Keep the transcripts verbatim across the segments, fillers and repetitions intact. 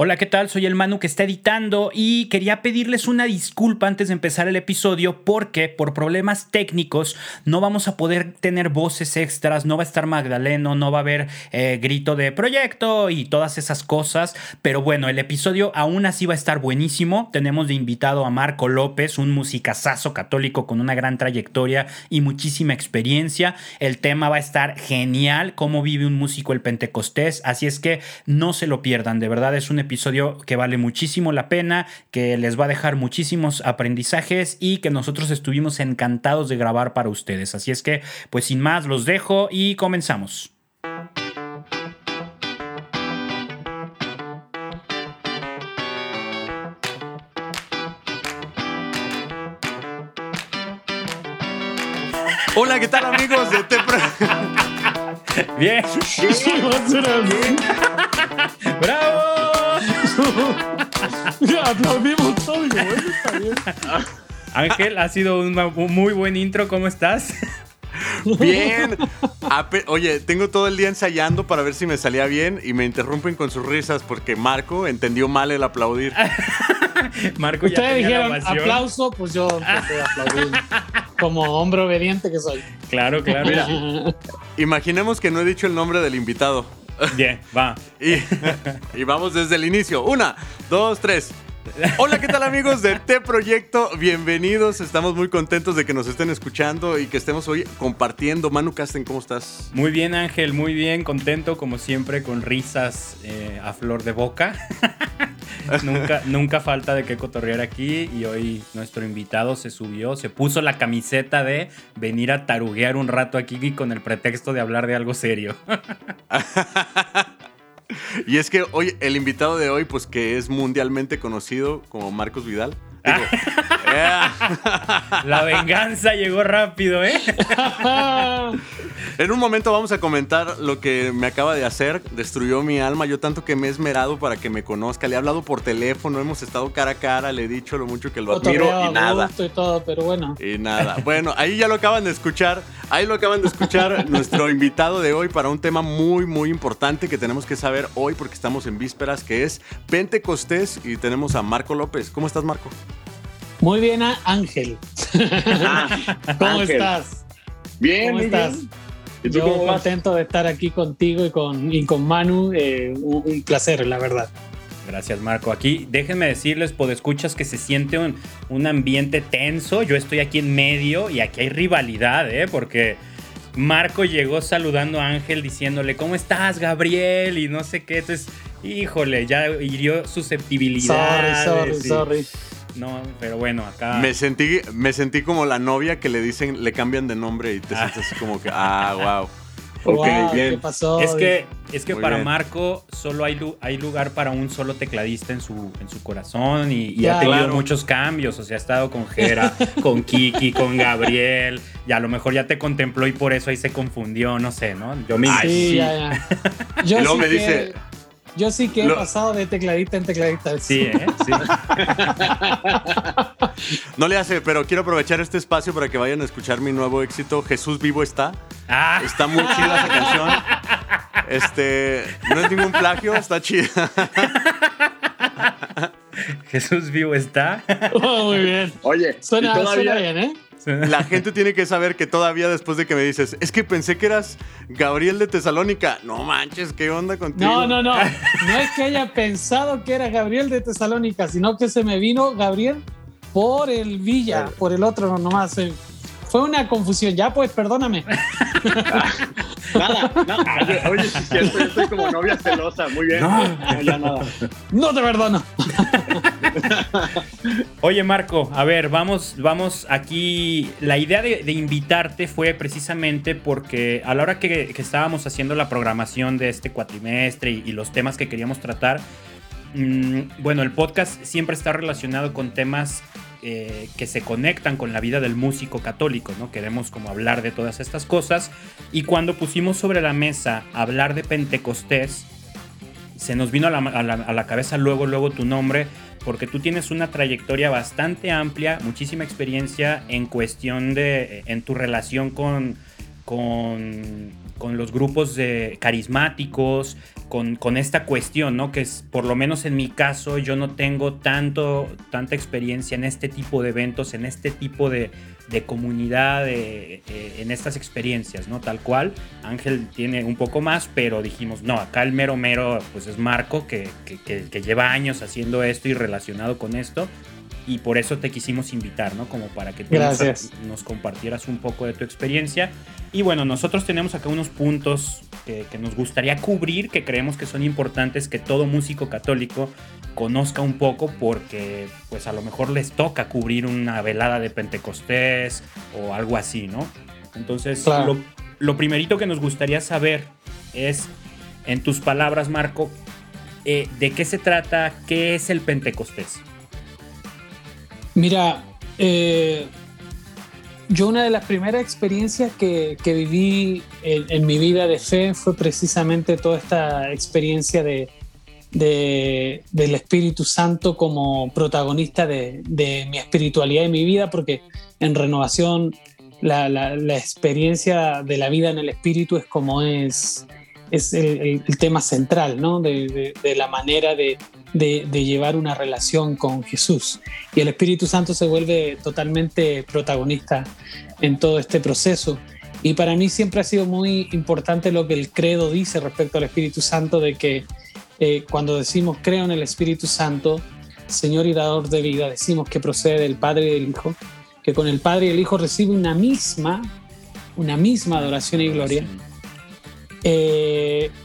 Hola, ¿qué tal? Soy el Manu que está editando y quería pedirles una disculpa antes de empezar el episodio porque por problemas técnicos no vamos a poder tener voces extras, no va a estar Magdaleno, no va a haber eh, grito de proyecto y todas esas cosas, pero bueno, el episodio aún así va a estar buenísimo. Tenemos de invitado a Marco López, un musicazazo católico con una gran trayectoria y muchísima experiencia. El tema va a estar genial, cómo vive un músico el Pentecostés, así es que no se lo pierdan, de verdad es un episodio episodio que vale muchísimo la pena, que les va a dejar muchísimos aprendizajes y que nosotros estuvimos encantados de grabar para ustedes. Así es que, pues sin más, los dejo y comenzamos. Hola, ¿qué tal, amigos de Tepro? Bien. Bien. ¡Bravo! Aplaudimos todo y bueno, está bien. Ángel, ha sido un muy buen intro. ¿Cómo estás? Bien. Ape- Oye, tengo todo el día ensayando para ver si me salía bien y me interrumpen con sus risas porque Marco entendió mal el aplaudir. Marco ya Ustedes tenía la dijeron ovación. aplauso, pues yo empecé a aplaudir como hombre obediente que soy. Claro, claro. Mira, imaginemos que no he dicho el nombre del invitado. Bien, va. Y, y vamos desde el inicio. Una, dos, tres. Hola, ¿qué tal, amigos de T Proyecto? Bienvenidos, estamos muy contentos de que nos estén escuchando y que estemos hoy compartiendo. Manu Casten, ¿cómo estás? Muy bien, Ángel, muy bien, contento como siempre, con risas eh, a flor de boca. nunca, nunca falta de qué cotorrear aquí y hoy nuestro invitado se subió, se puso la camiseta de venir a taruguear un rato aquí con el pretexto de hablar de algo serio. Y es que hoy, el invitado de hoy, pues que es mundialmente conocido como Marcos Vidal. Digo, eh. La venganza llegó rápido, ¿eh? En un momento vamos a comentar lo que me acaba de hacer. Destruyó mi alma. Yo tanto que me he esmerado para que me conozca. Le he hablado por teléfono, hemos estado cara a cara. Le he dicho lo mucho que lo admiro y nada. Y todo, pero bueno. Y nada. Bueno, ahí ya lo acaban de escuchar. Ahí lo acaban de escuchar nuestro invitado de hoy para un tema muy, muy importante que tenemos que saber hoy porque estamos en vísperas, que es Pentecostés. Y tenemos a Marco López. ¿Cómo estás, Marco? Muy bien, Ángel. Ah, ¿Cómo Ángel. estás? Bien, ¿Cómo muy estás? bien. ¿Y tú Yo cómo vas? contento de estar aquí contigo y con, y con Manu. Eh, un, un placer, la verdad. Gracias, Marco. Aquí, déjenme decirles, podescuchas, que se siente un, un ambiente tenso. Yo estoy aquí en medio y aquí hay rivalidad, ¿eh? Porque Marco llegó saludando a Ángel diciéndole, ¿cómo estás, Gabriel? Y no sé qué. Entonces, híjole, ya hirió susceptibilidades. Sorry, sorry, y... sorry. No, pero bueno, acá... Me sentí, me sentí como la novia que le dicen, le cambian de nombre y te Ah. sientes así como que, ah, wow. Ok, Wow, bien. ¿qué pasó? Es que, es que Muy para bien. Marco solo hay, lu- hay lugar para un solo tecladista en su, en su corazón y, y Ya, ha tenido claro. muchos cambios. O sea, ha estado con Jera, con Kiki, con Gabriel y a lo mejor ya te contempló y por eso ahí se confundió, no sé, ¿no? Yo me Ay, Sí, sí. ya, ya. Yo Y luego sí me que- dice- Yo sí que he Lo- pasado de tecladista en tecladista. Sí, ¿eh? Sí. No le hace, pero quiero aprovechar este espacio para que vayan a escuchar mi nuevo éxito, Jesús Vivo Está. Ah, Está muy chida esa canción. Este, no es ningún plagio, está chida. Jesús vivo está. Oh, muy bien. Oye, Suena, y todavía, suena bien, ¿eh? La gente tiene que saber que todavía después de que me dices, es que pensé que eras Gabriel de Tesalónica. No manches, ¿qué onda contigo? No, no, no. No es que haya pensado que era Gabriel de Tesalónica, sino que se me vino Gabriel por el Villa, por el otro nomás. eh. Fue una confusión. Ya, pues, perdóname. nada, nada. Oye, oye, sí es cierto, yo estoy como novia celosa. Muy bien. No. No, ya nada. No te perdono. Oye, Marco, a ver, vamos, vamos aquí. La idea de, de invitarte fue precisamente porque a la hora que, que estábamos haciendo la programación de este cuatrimestre y, y los temas que queríamos tratar, mmm, bueno, el podcast siempre está relacionado con temas eh, que se conectan con la vida del músico católico, ¿no? Queremos como hablar de todas estas cosas. Y cuando pusimos sobre la mesa hablar de Pentecostés, se nos vino a la, a la, a la cabeza luego, luego tu nombre, porque tú tienes una trayectoria bastante amplia, muchísima experiencia en cuestión de, en tu relación con, con, con los grupos de carismáticos, con, con esta cuestión, ¿no? Que es, por lo menos en mi caso, yo no tengo tanto, tanta experiencia en este tipo de eventos, en este tipo de, de comunidad, de, de, en estas experiencias, ¿no? Tal cual. Ángel tiene un poco más, pero dijimos, no, acá el mero mero, pues es Marco, que, que, que, que lleva años haciendo esto y relacionado con esto. Y por eso te quisimos invitar, ¿no? Como para que tú nos, nos compartieras un poco de tu experiencia. Y bueno, nosotros tenemos acá unos puntos que, que nos gustaría cubrir, que creemos que son importantes que todo músico católico conozca un poco, porque pues a lo mejor les toca cubrir una velada de Pentecostés o algo así, ¿no? Entonces, claro. lo, lo primerito que nos gustaría saber es, en tus palabras, Marco, eh, ¿de qué se trata? ¿Qué es el Pentecostés? Mira, eh, yo una de las primeras experiencias que, que viví en, en mi vida de fe fue precisamente toda esta experiencia de, de, del Espíritu Santo como protagonista de, de mi espiritualidad y mi vida, porque en Renovación la, la, la experiencia de la vida en el Espíritu es como es, es el, el, el tema central, ¿no? de, de, de la manera de De, de llevar una relación con Jesús, y el Espíritu Santo se vuelve totalmente protagonista en todo este proceso. Y para mí siempre ha sido muy importante lo que el credo dice respecto al Espíritu Santo, de que eh, cuando decimos creo en el Espíritu Santo, Señor y dador de vida, decimos que procede del Padre y del Hijo, que con el Padre y el Hijo recibe una misma una misma adoración y gloria. eh,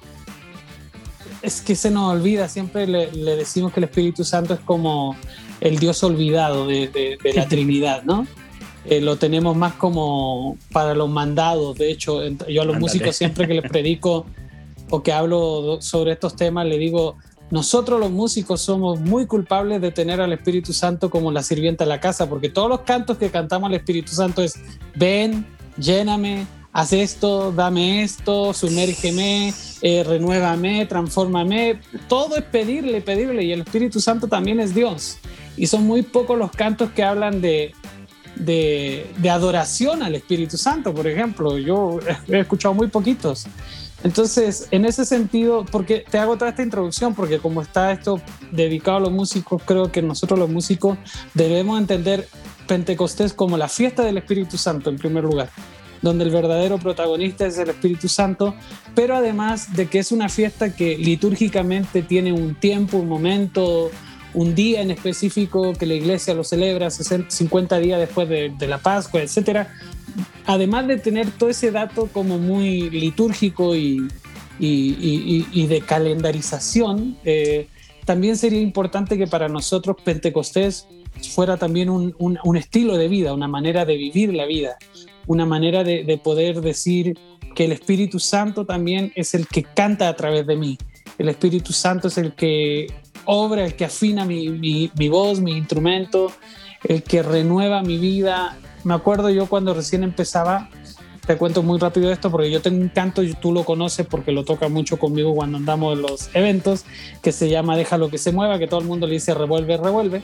Es que se nos olvida, siempre le, le decimos que el Espíritu Santo es como el Dios olvidado de, de, de la Trinidad, ¿no? Eh, lo tenemos más como para los mandados. De hecho, yo a los Ándale. músicos siempre que les predico o que hablo sobre estos temas, le digo, nosotros los músicos somos muy culpables de tener al Espíritu Santo como la sirvienta de la casa, porque todos los cantos que cantamos al Espíritu Santo es, ven, lléname, haz esto, dame esto, sumérgeme, eh, renuévame, transfórmame. Todo es pedirle, pedirle. Y el Espíritu Santo también es Dios. Y son muy pocos los cantos que hablan de, de, de adoración al Espíritu Santo, por ejemplo. Yo he escuchado muy poquitos. Entonces, en ese sentido, porque te hago toda esta introducción, porque como está esto dedicado a los músicos, creo que nosotros los músicos debemos entender Pentecostés como la fiesta del Espíritu Santo, en primer lugar, donde el verdadero protagonista es el Espíritu Santo, pero además de que es una fiesta que litúrgicamente tiene un tiempo, un momento, un día en específico que la iglesia lo celebra, cincuenta días después de, de la Pascua, etcétera. Además de tener todo ese dato como muy litúrgico y, y, y, y de calendarización, eh, también sería importante que para nosotros Pentecostés fuera también un, un, un estilo de vida, una manera de vivir la vida, una manera de, de poder decir que el Espíritu Santo también es el que canta a través de mí. El Espíritu Santo es el que obra, el que afina mi, mi, mi voz, mi instrumento, el que renueva mi vida. Me acuerdo yo cuando recién empezaba, te cuento muy rápido esto porque yo tengo un canto, y tú lo conoces porque lo toca mucho conmigo cuando andamos en los eventos, que se llama Déjalo que se mueva, que todo el mundo le dice revuelve, revuelve.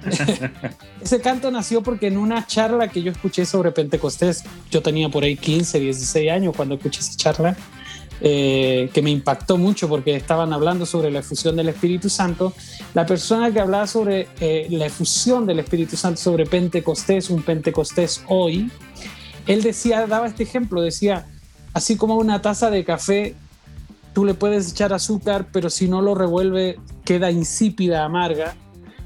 Ese canto nació porque en una charla que yo escuché sobre Pentecostés, yo tenía por ahí quince, dieciséis años cuando escuché esa charla, eh, que me impactó mucho porque estaban hablando sobre la efusión del Espíritu Santo. La persona que hablaba sobre eh, la efusión del Espíritu Santo, sobre Pentecostés, un Pentecostés hoy, él decía, daba este ejemplo, decía, así como una taza de café, tú le puedes echar azúcar, pero si no lo revuelve, queda insípida, amarga.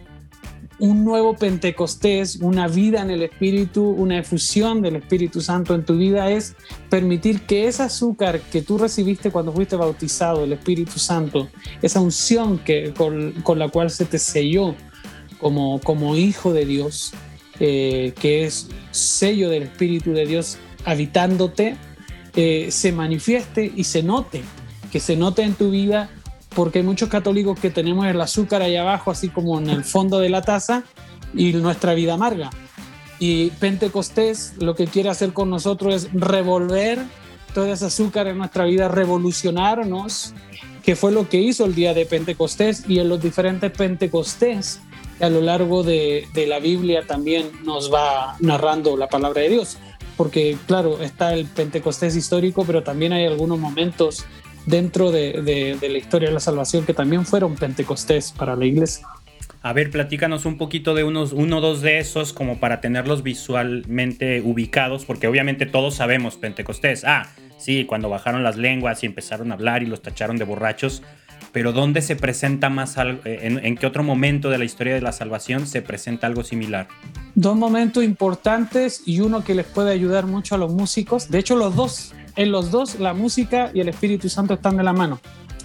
Un nuevo Pentecostés, una vida en el Espíritu, una efusión del Espíritu Santo en tu vida es permitir que ese azúcar que tú recibiste cuando fuiste bautizado, el Espíritu Santo, esa unción que, con, con la cual se te selló como, como hijo de Dios, Eh, que es sello del Espíritu de Dios habitándote, eh, se manifieste y se note, que se note en tu vida, porque hay muchos católicos que tenemos el azúcar ahí abajo, así como en el fondo de la taza, y nuestra vida amarga. Y Pentecostés lo que quiere hacer con nosotros es revolver todo ese azúcar en nuestra vida, revolucionarnos, que fue lo que hizo el día de Pentecostés, y en los diferentes Pentecostés a lo largo de, de la Biblia también nos va narrando la palabra de Dios. porque claro, está el Pentecostés histórico, pero también hay algunos momentos dentro de, de, de la historia de la salvación que también fueron Pentecostés para la iglesia. A ver, platícanos un poquito de unos uno o dos de esos como para tenerlos visualmente ubicados, porque obviamente todos sabemos Pentecostés. Ah, sí, cuando bajaron las lenguas y empezaron a hablar y los tacharon de borrachos, pero ¿dónde se presenta más algo? ¿En, en qué otro momento de la historia de la salvación se presenta algo similar? Dos momentos importantes y uno que les puede ayudar mucho a los músicos. De hecho, los dos, en los dos, la música y el Espíritu Santo están de la mano.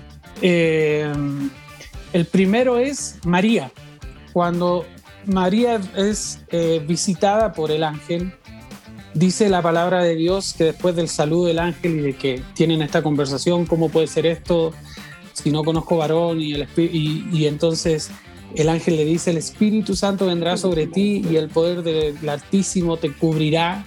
Eh, el primero es María. Cuando María es eh, visitada por el ángel, dice la palabra de Dios que después del saludo del ángel y de que tienen esta conversación, ¿cómo puede ser esto si no conozco varón? Y, el, y, y entonces el ángel le dice, el Espíritu Santo vendrá sobre ti y el poder del Altísimo te cubrirá.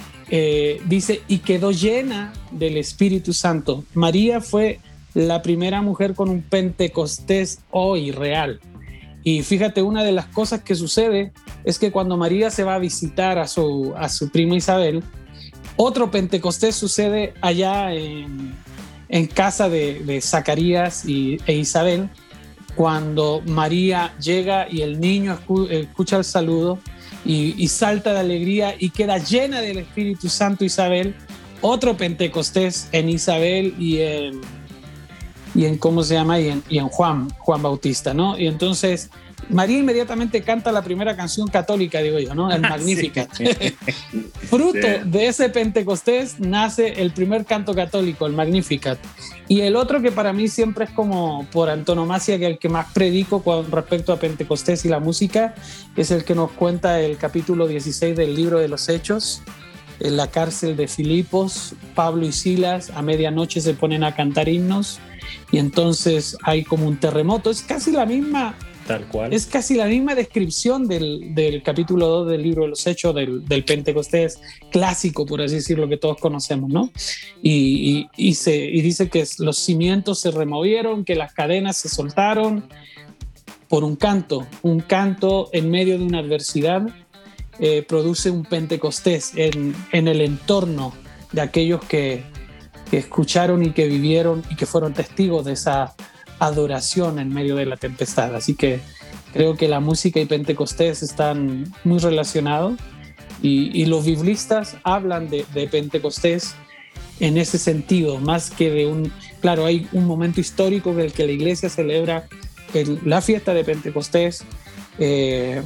Eh, dice, y quedó llena del Espíritu Santo. María fue la primera mujer con un Pentecostés hoy real. Y fíjate, una de las cosas que sucede es que cuando María se va a visitar a su, a su prima Isabel, otro Pentecostés sucede allá en, en casa de, de Zacarías y, e Isabel, cuando María llega y el niño escu, escucha el saludo y, y salta de alegría y queda llena del Espíritu Santo Isabel. Otro Pentecostés en Isabel y en... y en cómo se llama, y en, y en Juan, Juan Bautista, ¿no? Y entonces María inmediatamente canta la primera canción católica, digo yo, ¿no? El Magnificat. Sí. Fruto sí. de ese Pentecostés nace el primer canto católico, el Magnificat. Y el otro que para mí siempre es como por antonomasia, que el que más predico con respecto a Pentecostés y la música, es el que nos cuenta el capítulo dieciséis del libro de los Hechos. En la cárcel de Filipos, Pablo y Silas a medianoche se ponen a cantar himnos y entonces hay como un terremoto. Es casi la misma, tal cual. Es casi la misma descripción del, del capítulo dos del libro de los Hechos, del, del Pentecostés clásico, por así decirlo, que todos conocemos, ¿no? Y, y, y, se, y dice que los cimientos se removieron, que las cadenas se soltaron por un canto, un canto en medio de una adversidad. Eh, produce un Pentecostés en, en el entorno de aquellos que, que escucharon y que vivieron y que fueron testigos de esa adoración en medio de la tempestad. Así que creo que la música y Pentecostés están muy relacionados y, y los biblistas hablan de, de Pentecostés en ese sentido, más que de un... Claro, hay un momento histórico en el que la iglesia celebra el, la fiesta de Pentecostés, eh,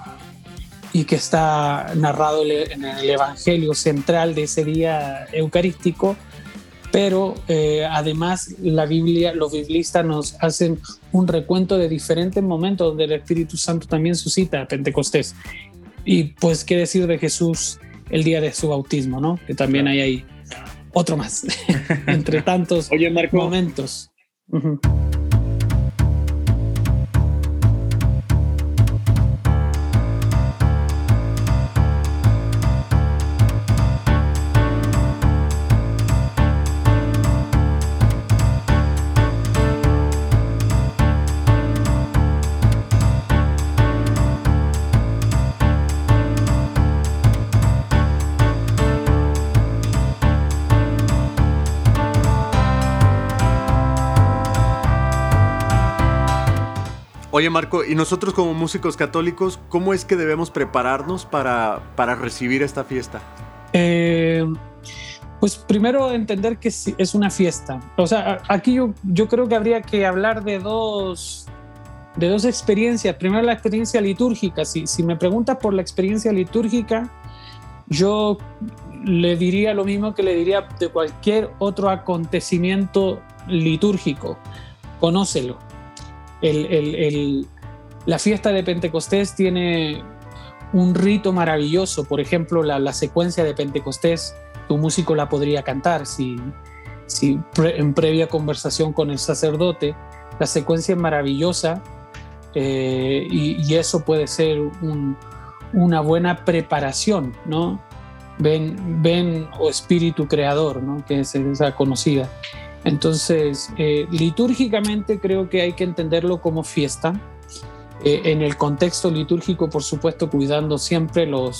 y que está narrado en el evangelio central de ese día eucarístico, pero eh, además la Biblia, los biblistas nos hacen un recuento de diferentes momentos donde el Espíritu Santo también suscita a Pentecostés. Y pues qué decir de Jesús el día de su bautismo, ¿no? Que también hay ahí otro más, entre tantos Oye, Marco, momentos. Uh-huh. Oye, Marco, y nosotros como músicos católicos, ¿cómo es que debemos prepararnos para, para recibir esta fiesta? Eh, pues primero entender que es una fiesta. O sea, aquí yo, yo creo que habría que hablar de dos, de dos experiencias. Primero la experiencia litúrgica. Si, si me preguntas por la experiencia litúrgica, yo le diría lo mismo que le diría de cualquier otro acontecimiento litúrgico. Conócelo. El, el, el, la fiesta de Pentecostés tiene un rito maravilloso. Por ejemplo, la, la secuencia de Pentecostés, tu músico la podría cantar si, si pre, en previa conversación con el sacerdote. La secuencia es maravillosa, eh, y, y eso puede ser un, una buena preparación, ¿no? Ven, ven o Espíritu Creador, ¿no? Que es esa conocida. Entonces, eh, litúrgicamente creo que hay que entenderlo como fiesta. Eh, en el contexto litúrgico, por supuesto, cuidando siempre los,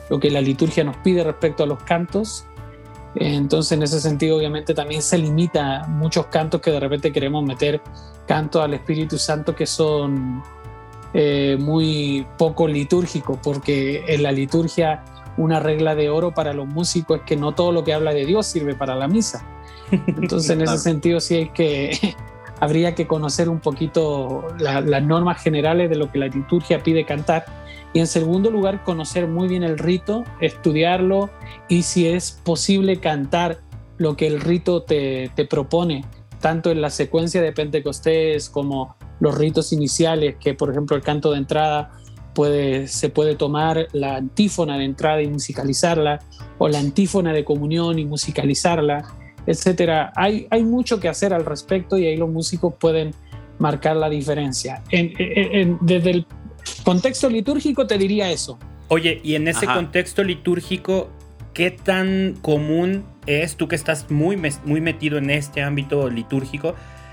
lo que la liturgia nos pide respecto a los cantos. Entonces, en ese sentido, obviamente, también se limita muchos cantos que de repente queremos meter cantos al Espíritu Santo que son eh, muy poco litúrgicos, porque en la liturgia una regla de oro para los músicos es que no todo lo que habla de Dios sirve para la misa. Entonces, en ese sentido, sí hay que, habría que conocer un poquito la, las normas generales de lo que la liturgia pide cantar. Y en segundo lugar, conocer muy bien el rito, estudiarlo y si es posible cantar lo que el rito te, te propone, tanto en la secuencia de Pentecostés como los ritos iniciales, que por ejemplo el canto de entrada puede, se puede tomar la antífona de entrada y musicalizarla, o la antífona de comunión y musicalizarla, etcétera. Hay, hay mucho que hacer al respecto y ahí los músicos pueden marcar la diferencia. En, en, en, desde el contexto litúrgico te diría eso. Oye, y en ese Ajá. contexto litúrgico, ¿qué tan común es, tú que estás muy, muy metido en este ámbito litúrgico,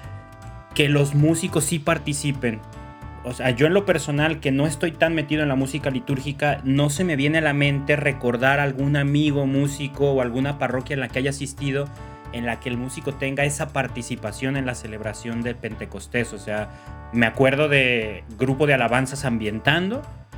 que los músicos sí participen? O sea, yo en lo personal, que no estoy tan metido en la música litúrgica, no se me viene a la mente recordar algún amigo músico o alguna parroquia en la que haya asistido en la que el músico tenga esa participación en la celebración de Pentecostés. O sea, me acuerdo de grupo de alabanzas ambientando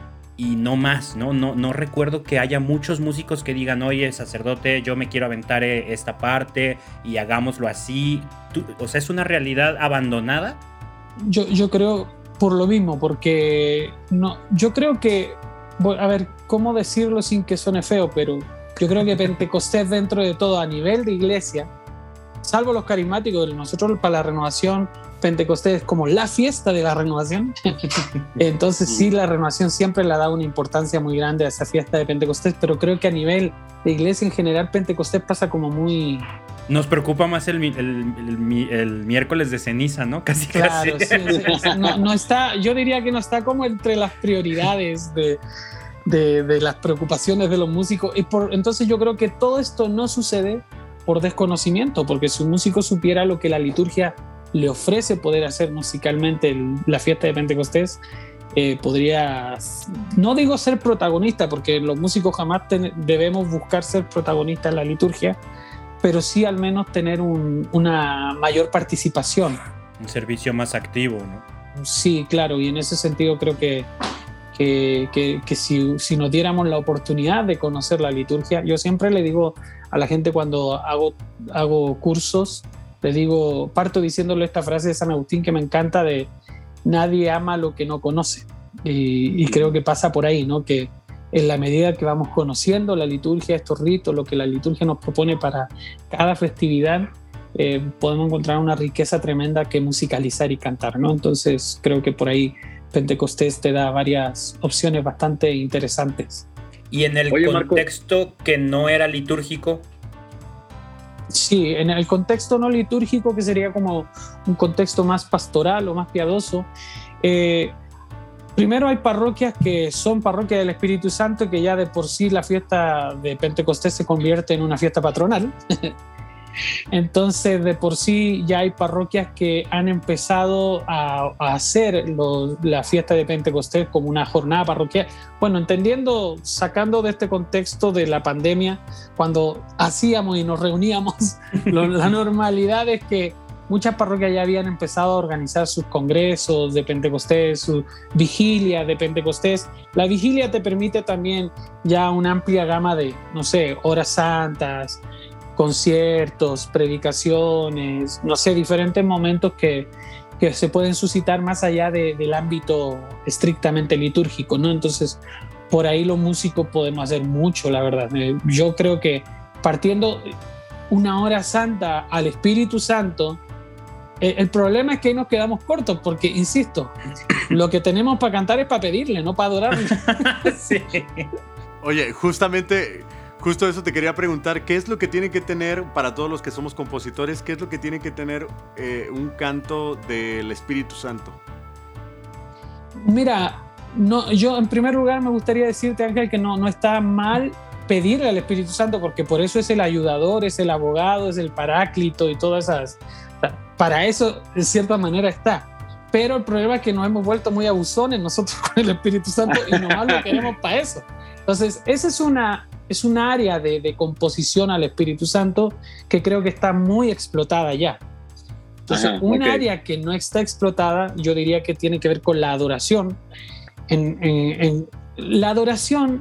y no más, ¿no? No, no recuerdo que haya muchos músicos que digan, oye, sacerdote, yo me quiero aventar esta parte y hagámoslo así. ¿Tú, o sea, es una realidad abandonada? Yo, yo creo por lo mismo, porque no, yo creo que, a ver, ¿cómo decirlo sin que suene feo? Pero yo creo que Pentecostés dentro de todo a nivel de iglesia, salvo los carismáticos, nosotros para la renovación, Pentecostés es como la fiesta de la renovación. Entonces sí, la renovación siempre le ha dado una importancia muy grande a esa fiesta de Pentecostés, pero creo que a nivel de iglesia en general Pentecostés pasa como muy... Nos preocupa más el, el, el, el miércoles de ceniza, ¿no? Casi, claro, casi. Sí, sí, no, no está, yo diría que no está como entre las prioridades de, de, de las preocupaciones de los músicos. Y por, entonces yo creo que todo esto no sucede por desconocimiento, porque si un músico supiera lo que la liturgia le ofrece poder hacer musicalmente el, la fiesta de Pentecostés, eh, podría, no digo ser protagonista, porque los músicos jamás ten, debemos buscar ser protagonistas en la liturgia, pero sí al menos tener un, una mayor participación. Un servicio más activo, ¿no? Sí, claro, y en ese sentido creo que, que, que, que si, si nos diéramos la oportunidad de conocer la liturgia, yo siempre le digo a la gente cuando hago, hago cursos, le digo, parto diciéndole esta frase de San Agustín que me encanta, de nadie ama lo que no conoce, y, y creo que pasa por ahí, ¿no? Que en la medida que vamos conociendo la liturgia, estos ritos, lo que la liturgia nos propone para cada festividad, eh, podemos encontrar una riqueza tremenda que musicalizar y cantar, ¿no? Entonces creo que por ahí Pentecostés te da varias opciones bastante interesantes. ¿Y en el Oye, contexto Marco, que no era litúrgico? Sí, en el contexto no litúrgico, que sería como un contexto más pastoral o más piadoso, eh, primero hay parroquias que son parroquias del Espíritu Santo, que ya de por sí la fiesta de Pentecostés se convierte en una fiesta patronal. Entonces, de por sí ya hay parroquias que han empezado a, a hacer los, la fiesta de Pentecostés como una jornada parroquial. Bueno, entendiendo, sacando de este contexto de la pandemia, cuando hacíamos y nos reuníamos, lo, la normalidad es que muchas parroquias ya habían empezado a organizar sus congresos de Pentecostés, su vigilia de Pentecostés. La vigilia te permite también ya una amplia gama de, no sé, horas santas, conciertos, predicaciones, no sé, diferentes momentos que, que se pueden suscitar más allá de, del ámbito estrictamente litúrgico, ¿no? Entonces, por ahí los músicos podemos hacer mucho, la verdad. Eh, yo creo que partiendo una hora santa al Espíritu Santo, eh, el problema es que ahí nos quedamos cortos, porque, insisto, lo que tenemos para cantar es para pedirle, no para adorarle. Sí. Oye, justamente... Justo eso te quería preguntar, ¿qué es lo que tiene que tener, para todos los que somos compositores, qué es lo que tiene que tener eh, un canto del Espíritu Santo? Mira, no, yo en primer lugar me gustaría decirte, Ángel, que no, no está mal pedirle al Espíritu Santo, porque por eso es el ayudador, es el abogado, es el paráclito y todas esas... Para eso, de cierta manera, está. Pero el problema es que nos hemos vuelto muy abusones nosotros con el Espíritu Santo y nomás lo queremos para eso. Entonces, esa es una, es un área de, de composición al Espíritu Santo que creo que está muy explotada ya. Entonces, Ajá, un okay. área que no está explotada, yo diría que tiene que ver con la adoración. En, en, en la adoración,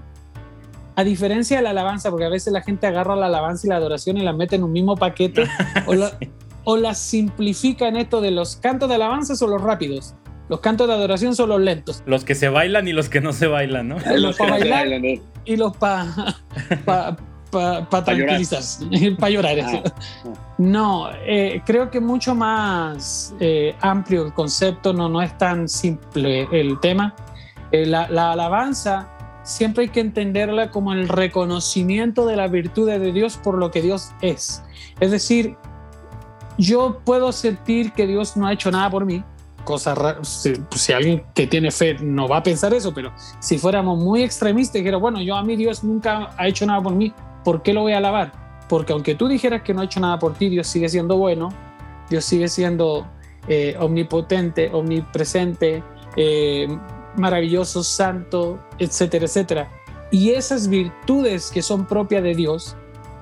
a diferencia de la alabanza, porque a veces la gente agarra la alabanza y la adoración y la mete en un mismo paquete, o, la, o la simplifica en esto de los cantos de alabanza son los rápidos, los cantos de adoración son los lentos. Los que se bailan y los que no se bailan, ¿no? Los para bailar y los para pa, pa, pa tranquilizarse, para llorar. Ah. No, eh, creo que mucho más eh, amplio el concepto, no, no es tan simple el tema. Eh, la, la alabanza siempre hay que entenderla como el reconocimiento de la virtud de Dios por lo que Dios es. Es decir, yo puedo sentir que Dios no ha hecho nada por mí, cosa rara, si, si alguien que tiene fe no va a pensar eso, pero si fuéramos muy extremistas y dijera, bueno, yo a mí Dios nunca ha hecho nada por mí, ¿por qué lo voy a alabar? Porque aunque tú dijeras que no ha hecho nada por ti, Dios sigue siendo bueno, Dios sigue siendo eh, omnipotente, omnipresente, eh, maravilloso, santo, etcétera, etcétera. Y esas virtudes que son propias de Dios,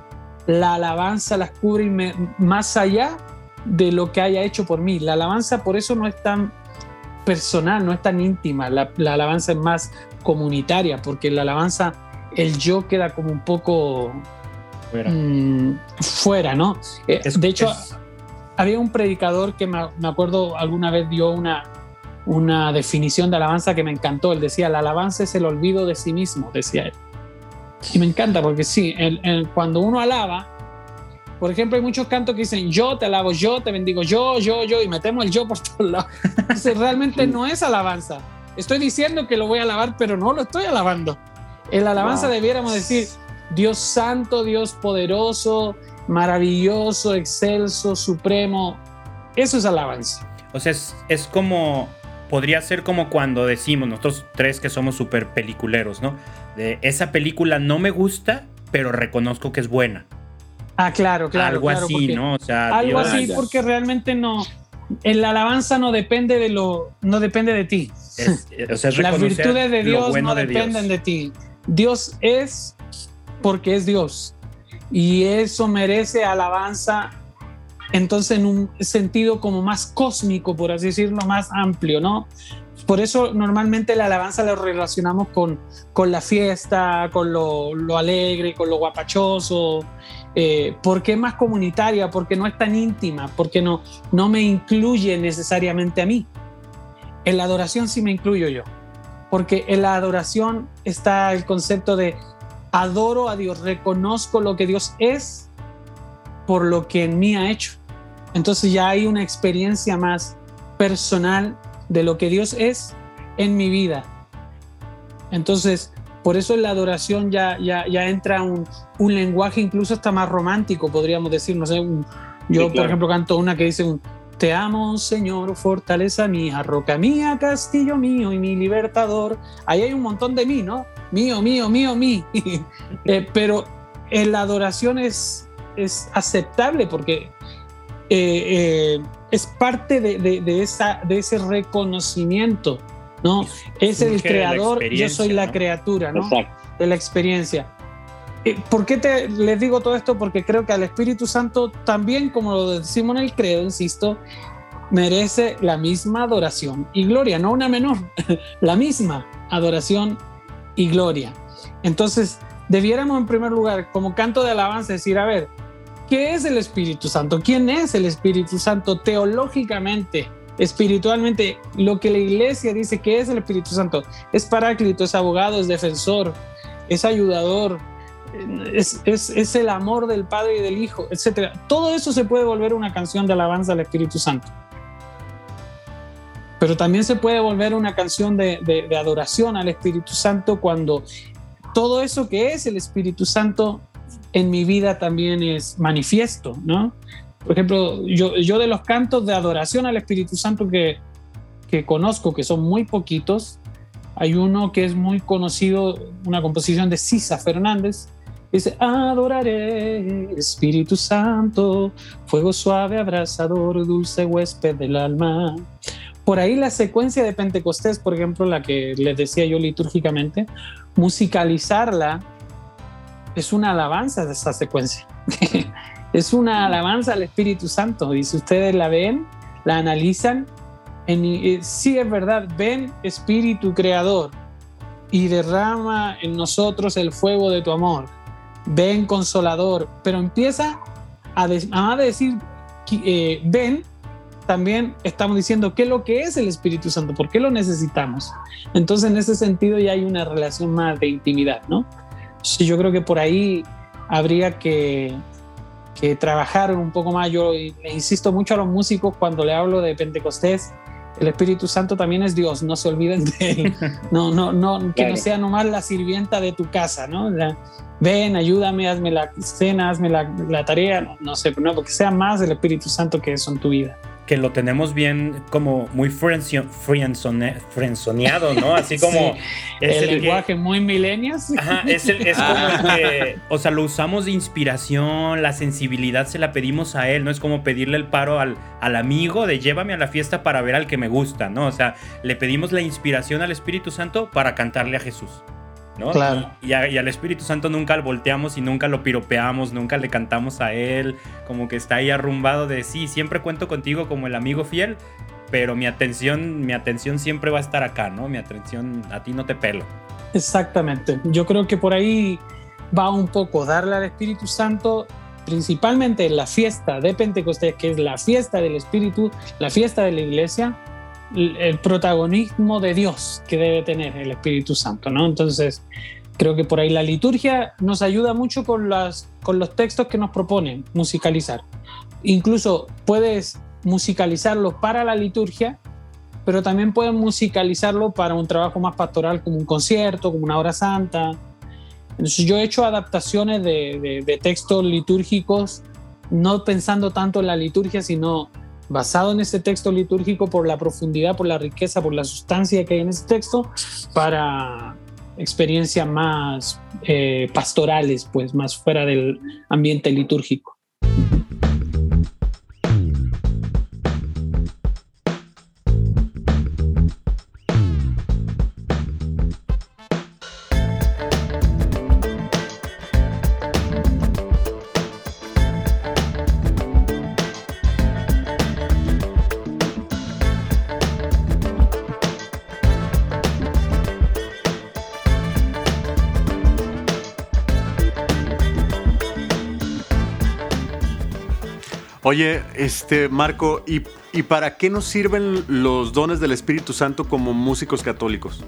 la alabanza las cubre me, más allá de lo que haya hecho por mí. La alabanza por eso no es tan personal, no es tan íntima. La, la alabanza es más comunitaria, porque la alabanza, el yo queda como un poco fuera, mmm, fuera ¿no? Es, de hecho, es... había un predicador que me, me acuerdo alguna vez dio una, una definición de alabanza que me encantó. Él decía, la alabanza es el olvido de sí mismo, decía él. Y me encanta porque sí, el, el, cuando uno alaba, por ejemplo, hay muchos cantos que dicen yo te alabo, yo te bendigo, yo, yo, yo, y metemos el yo por todos lados. Entonces realmente no es alabanza. Estoy diciendo que lo voy a alabar, pero no lo estoy alabando. En la alabanza wow. debiéramos decir Dios santo, Dios poderoso, maravilloso, excelso, supremo. Eso es alabanza. O sea, es, es como, podría ser como cuando decimos, nosotros tres que somos súper peliculeros, ¿no? De esa película no me gusta, pero reconozco que es buena. Ah, claro, claro. Algo claro, así, ¿no? O sea, algo Dios, así, porque realmente no. En la alabanza no depende de lo, no depende de ti. Es, o sea, es las virtudes de Dios bueno no de dependen Dios. de ti. Dios es porque es Dios. Y eso merece alabanza, entonces en un sentido como más cósmico, por así decirlo, más amplio, ¿no? Por eso normalmente la alabanza la relacionamos con, con la fiesta, con lo, lo alegre, con lo guapachoso, eh, porque es más comunitaria, porque no es tan íntima, porque no, no me incluye necesariamente a mí. En la adoración sí me incluyo yo, porque en la adoración está el concepto de adoro a Dios, reconozco lo que Dios es por lo que en mí ha hecho. Entonces ya hay una experiencia más personal de lo que Dios es en mi vida. Entonces, por eso en la adoración ya, ya, ya entra un, un lenguaje incluso hasta más romántico, podríamos decir. No sé, un, yo, sí, claro. por ejemplo, canto una que dice un, te amo, Señor, fortaleza mía, roca mía, castillo mío y mi libertador. Ahí hay un montón de mí, ¿no? Mío, mío, mío, mí. eh, pero en la adoración es, es aceptable porque eh, eh, es parte de, de, de, esa, de ese reconocimiento, ¿no? Es el creador, yo soy la ¿no? criatura, ¿no? Exacto. De la experiencia. Eh, ¿Por qué te, les digo todo esto? Porque creo que al Espíritu Santo también, como lo decimos en el credo, insisto, merece la misma adoración y gloria, no una menor, la misma adoración y gloria. Entonces, debiéramos en primer lugar, como canto de alabanza, decir, a ver, ¿qué es el Espíritu Santo? ¿Quién es el Espíritu Santo teológicamente, espiritualmente? Lo que la iglesia dice que es el Espíritu Santo es paráclito, es abogado, es defensor, es ayudador, es, es, es el amor del Padre y del Hijo, etcétera. Todo eso se puede volver una canción de alabanza al Espíritu Santo. Pero también se puede volver una canción de, de, de adoración al Espíritu Santo cuando todo eso que es el Espíritu Santo en mi vida también es manifiesto, ¿no? Por ejemplo, yo, yo de los cantos de adoración al Espíritu Santo que, que conozco, que son muy poquitos, hay uno que es muy conocido, una composición de Sisa Fernández, dice, adoraré, Espíritu Santo, fuego suave, abrasador, dulce huésped del alma, por ahí la secuencia de Pentecostés, por ejemplo, la que les decía yo litúrgicamente, musicalizarla es una alabanza de esa secuencia. Es una alabanza al Espíritu Santo. Y si ustedes la ven, la analizan, en, eh, sí es verdad, ven Espíritu Creador y derrama en nosotros el fuego de tu amor. Ven Consolador, pero empieza a, de, a decir, eh, ven, también estamos diciendo qué es lo que es el Espíritu Santo, por qué lo necesitamos. Entonces, en ese sentido ya hay una relación más de intimidad, ¿no? Sí, yo creo que por ahí habría que, que trabajar un poco más. Yo le insisto mucho a los músicos cuando le hablo de Pentecostés, el Espíritu Santo también es Dios, no se olviden de él. No, no, no, que claro. No sea nomás la sirvienta de tu casa, ¿no? La, ven, ayúdame, hazme la cena, hazme la, la tarea, no, no sé, no, porque sea más el Espíritu Santo que eso en tu vida. Que lo tenemos bien como muy friendzoneado, ¿no? Así como... Sí, es el, el lenguaje que, muy millennials. Ajá, es, el, es como el que... O sea, lo usamos de inspiración, la sensibilidad se la pedimos a él, ¿no? Es como pedirle el paro al, al amigo de llévame a la fiesta para ver al que me gusta, ¿no? O sea, le pedimos la inspiración al Espíritu Santo para cantarle a Jesús, ¿no? Claro. Y, a, y al Espíritu Santo nunca lo volteamos y nunca lo piropeamos, nunca le cantamos a él, como que está ahí arrumbado de sí, siempre cuento contigo como el amigo fiel, pero mi atención, mi atención siempre va a estar acá, ¿no? Mi atención, a ti no te pelo. Exactamente. Yo creo que por ahí va un poco darle al Espíritu Santo, principalmente en la fiesta de Pentecostés, que es la fiesta del Espíritu, la fiesta de la iglesia, el protagonismo de Dios que debe tener el Espíritu Santo, ¿no? Entonces, creo que por ahí la liturgia nos ayuda mucho con, las, con los textos que nos proponen musicalizar. Incluso puedes musicalizarlo para la liturgia, pero también puedes musicalizarlo para un trabajo más pastoral, como un concierto, como una hora santa. Entonces, yo he hecho adaptaciones de, de, de textos litúrgicos, no pensando tanto en la liturgia, sino basado en ese texto litúrgico por la profundidad, por la riqueza, por la sustancia que hay en ese texto, para experiencias más eh, pastorales, pues más fuera del ambiente litúrgico. Oye, este Marco, ¿y, ¿y para qué nos sirven los dones del Espíritu Santo como músicos católicos?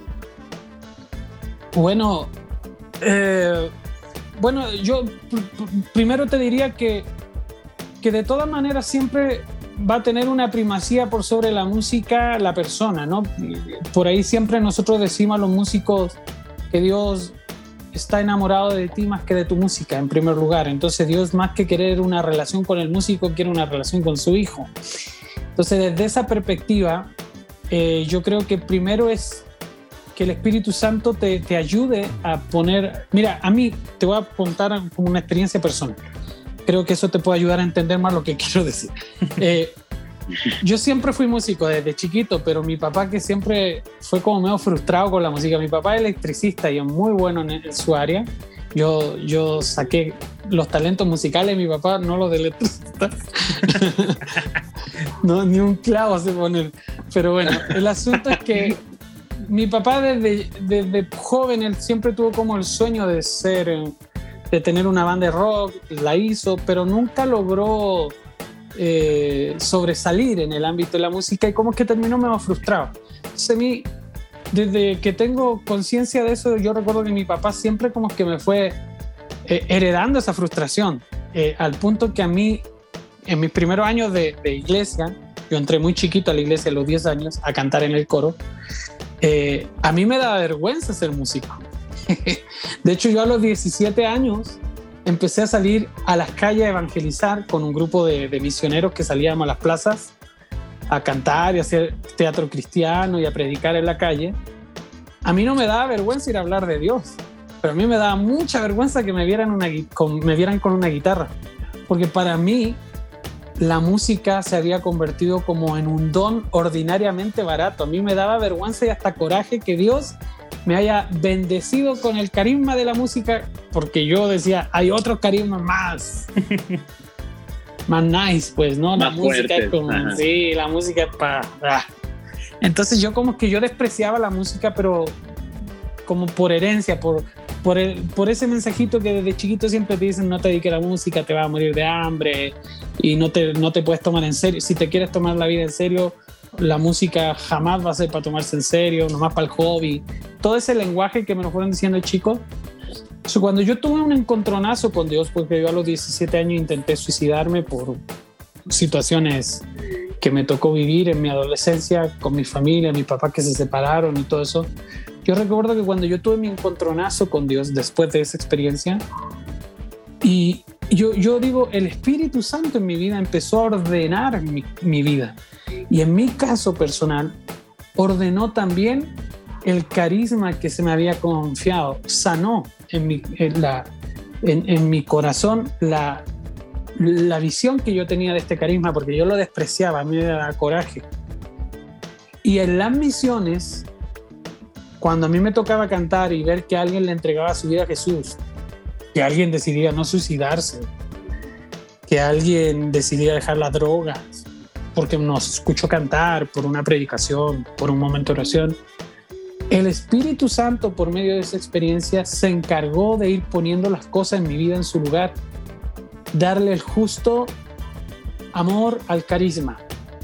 Bueno, eh, bueno, yo pr- primero te diría que, que de todas maneras siempre va a tener una primacía por sobre la música la persona, ¿no? Por ahí siempre nosotros decimos a los músicos que Dios está enamorado de ti más que de tu música, en primer lugar. Entonces Dios, más que querer una relación con el músico, quiere una relación con su hijo. Entonces, desde esa perspectiva, eh, yo creo que primero es que el Espíritu Santo te, te ayude a poner... Mira, a mí te voy a contar como una experiencia personal. Creo que eso te puede ayudar a entender más lo que quiero decir. Eh, yo siempre fui músico desde chiquito, pero mi papá, que siempre fue como medio frustrado con la música. Mi papá es electricista y es muy bueno en, en su área. Yo, yo saqué los talentos musicales de mi papá, no los de electricista. No, ni un clavo se pone. Pero bueno, el asunto es que mi papá desde, desde joven, él siempre tuvo como el sueño de ser, de tener una banda de rock, la hizo, pero nunca logró eh, sobresalir en el ámbito de la música y como que terminó medio frustrado. Entonces a mí, desde que tengo conciencia de eso, yo recuerdo que mi papá siempre como que me fue eh, heredando esa frustración, eh, al punto que a mí, en mis primeros años de, de iglesia, yo entré muy chiquito a la iglesia a los diez años a cantar en el coro, eh, a mí me da vergüenza ser músico. De hecho, yo a los diecisiete años empecé a salir a las calles a evangelizar con un grupo de, de misioneros que salíamos a las plazas a cantar y a hacer teatro cristiano y a predicar en la calle. A mí no me daba vergüenza ir a hablar de Dios, pero a mí me daba mucha vergüenza que me vieran, una, con, me vieran con una guitarra, porque para mí la música se había convertido como en un don ordinariamente barato. A mí me daba vergüenza y hasta coraje que Dios me haya bendecido con el carisma de la música, porque yo decía, hay otros carismas más más nice, pues, ¿no? La Más música fuertes, es como, ajá. sí, la música es para... Ah. Entonces yo como que yo despreciaba la música, pero como por herencia, por, por, el, por ese mensajito que desde chiquito siempre te dicen, no te dediques a la música, te vas a morir de hambre y no te, no te puedes tomar en serio. Si te quieres tomar la vida en serio, la música jamás va a ser para tomarse en serio, nomás para el hobby. Todo ese lenguaje que me lo fueron diciendo de chico. So, cuando yo tuve un encontronazo con Dios, porque yo a los diecisiete años intenté suicidarme por situaciones que me tocó vivir en mi adolescencia con mi familia, mis papás que se separaron y todo eso. Yo recuerdo que cuando yo tuve mi encontronazo con Dios después de esa experiencia, y yo, yo digo, el Espíritu Santo en mi vida empezó a ordenar mi, mi vida. Y en mi caso personal, ordenó también el carisma que se me había confiado, sanó en mi, en la, en, en mi corazón la, la visión que yo tenía de este carisma, porque yo lo despreciaba, a mí me daba coraje. Y en las misiones, cuando a mí me tocaba cantar y ver que alguien le entregaba su vida a Jesús, que alguien decidía no suicidarse, que alguien decidía dejar las drogas, porque nos escuchó cantar, por una predicación, por un momento de oración, el Espíritu Santo, por medio de esa experiencia, se encargó de ir poniendo las cosas en mi vida en su lugar, darle el justo amor al carisma.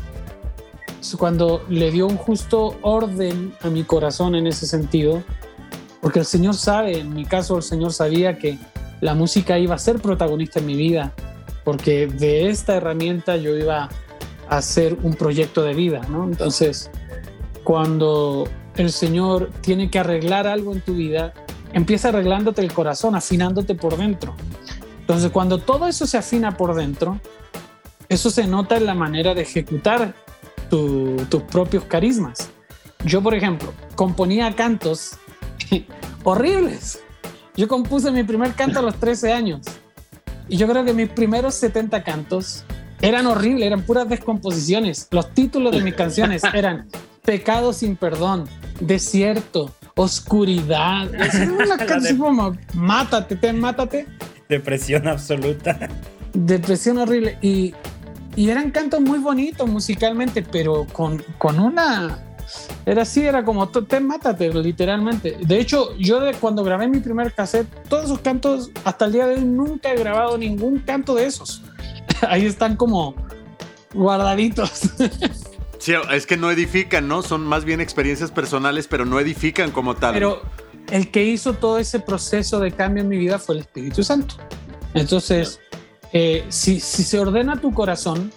Cuando le dio un justo orden a mi corazón en ese sentido, porque el Señor sabe, en mi caso el Señor sabía que la música iba a ser protagonista en mi vida, porque de esta herramienta yo iba a hacer un proyecto de vida, ¿no? Entonces, cuando el Señor tiene que arreglar algo en tu vida, empieza arreglándote el corazón, afinándote por dentro. Entonces, cuando todo eso se afina por dentro, eso se nota en la manera de ejecutar tu, tus propios carismas. Yo, por ejemplo, componía cantos horribles. Yo compuse mi primer canto a los trece años. Y yo creo que mis primeros setenta cantos eran horribles, eran puras descomposiciones. Los títulos de mis canciones eran Pecado sin perdón, Desierto, Oscuridad. Eran unas canciones como Mátate, ten, mátate. Depresión absoluta. Depresión horrible. Y, y eran cantos muy bonitos musicalmente, pero con, con una... Era así, era como ten, mátate, literalmente. De hecho, yo de, cuando grabé mi primer cassette, todos esos cantos, hasta el día de hoy, nunca he grabado ningún canto de esos. Ahí están como guardaditos. Sí, es que no edifican, ¿no? Son más bien experiencias personales, pero no edifican como tal. Pero el que hizo todo ese proceso de cambio en mi vida fue el Espíritu Santo. Entonces, eh, si, si se ordena tu corazón,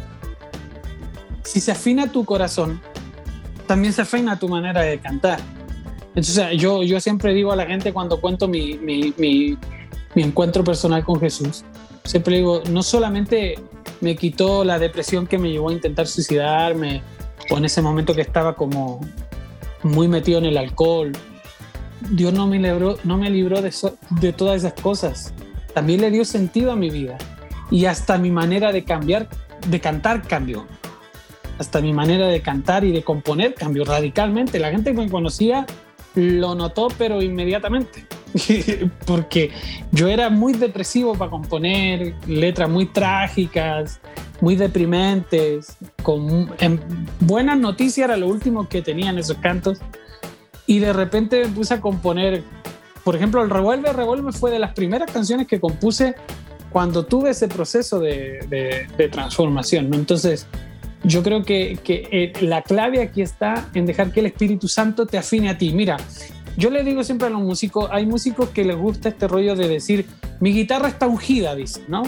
si se afina tu corazón, también se afina tu manera de cantar. Entonces, yo, yo siempre digo a la gente cuando cuento mi, mi, mi, mi encuentro personal con Jesús, siempre digo, no solamente me quitó la depresión que me llevó a intentar suicidarme, o en ese momento que estaba como muy metido en el alcohol, Dios no me libró, no me libró de, so, de todas esas cosas. También le dio sentido a mi vida, y hasta mi manera de cambiar, de cantar cambió. Hasta mi manera de cantar y de componer cambió radicalmente. La gente que me conocía lo notó, pero inmediatamente. Porque yo era muy depresivo para componer, letras muy trágicas, muy deprimentes, con en, buenas noticias era lo último que tenía en esos cantos. Y de repente me puse a componer, por ejemplo, el Revuelve, Revuelve fue de las primeras canciones que compuse cuando tuve ese proceso de, de, de transformación, ¿no? Entonces, yo creo que, que eh, la clave aquí está en dejar que el Espíritu Santo te afine a ti. Mira, yo le digo siempre a los músicos, hay músicos que les gusta este rollo de decir, mi guitarra está ungida, dicen, ¿no?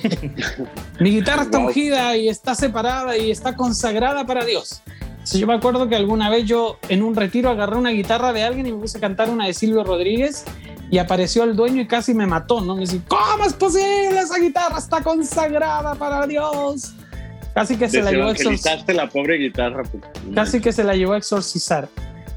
Mi guitarra está Wow. ungida y está separada y está consagrada para Dios. Entonces, yo me acuerdo que alguna vez yo en un retiro agarré una guitarra de alguien y me puse a cantar una de Silvio Rodríguez y apareció el dueño y casi me mató, ¿no? Me dice, ¿cómo es posible? Esa guitarra está consagrada para Dios. Casi que se la llevó a exorcizar. Desevangelizaste la pobre guitarra. Pues. Casi que se la llevó a exorcizar.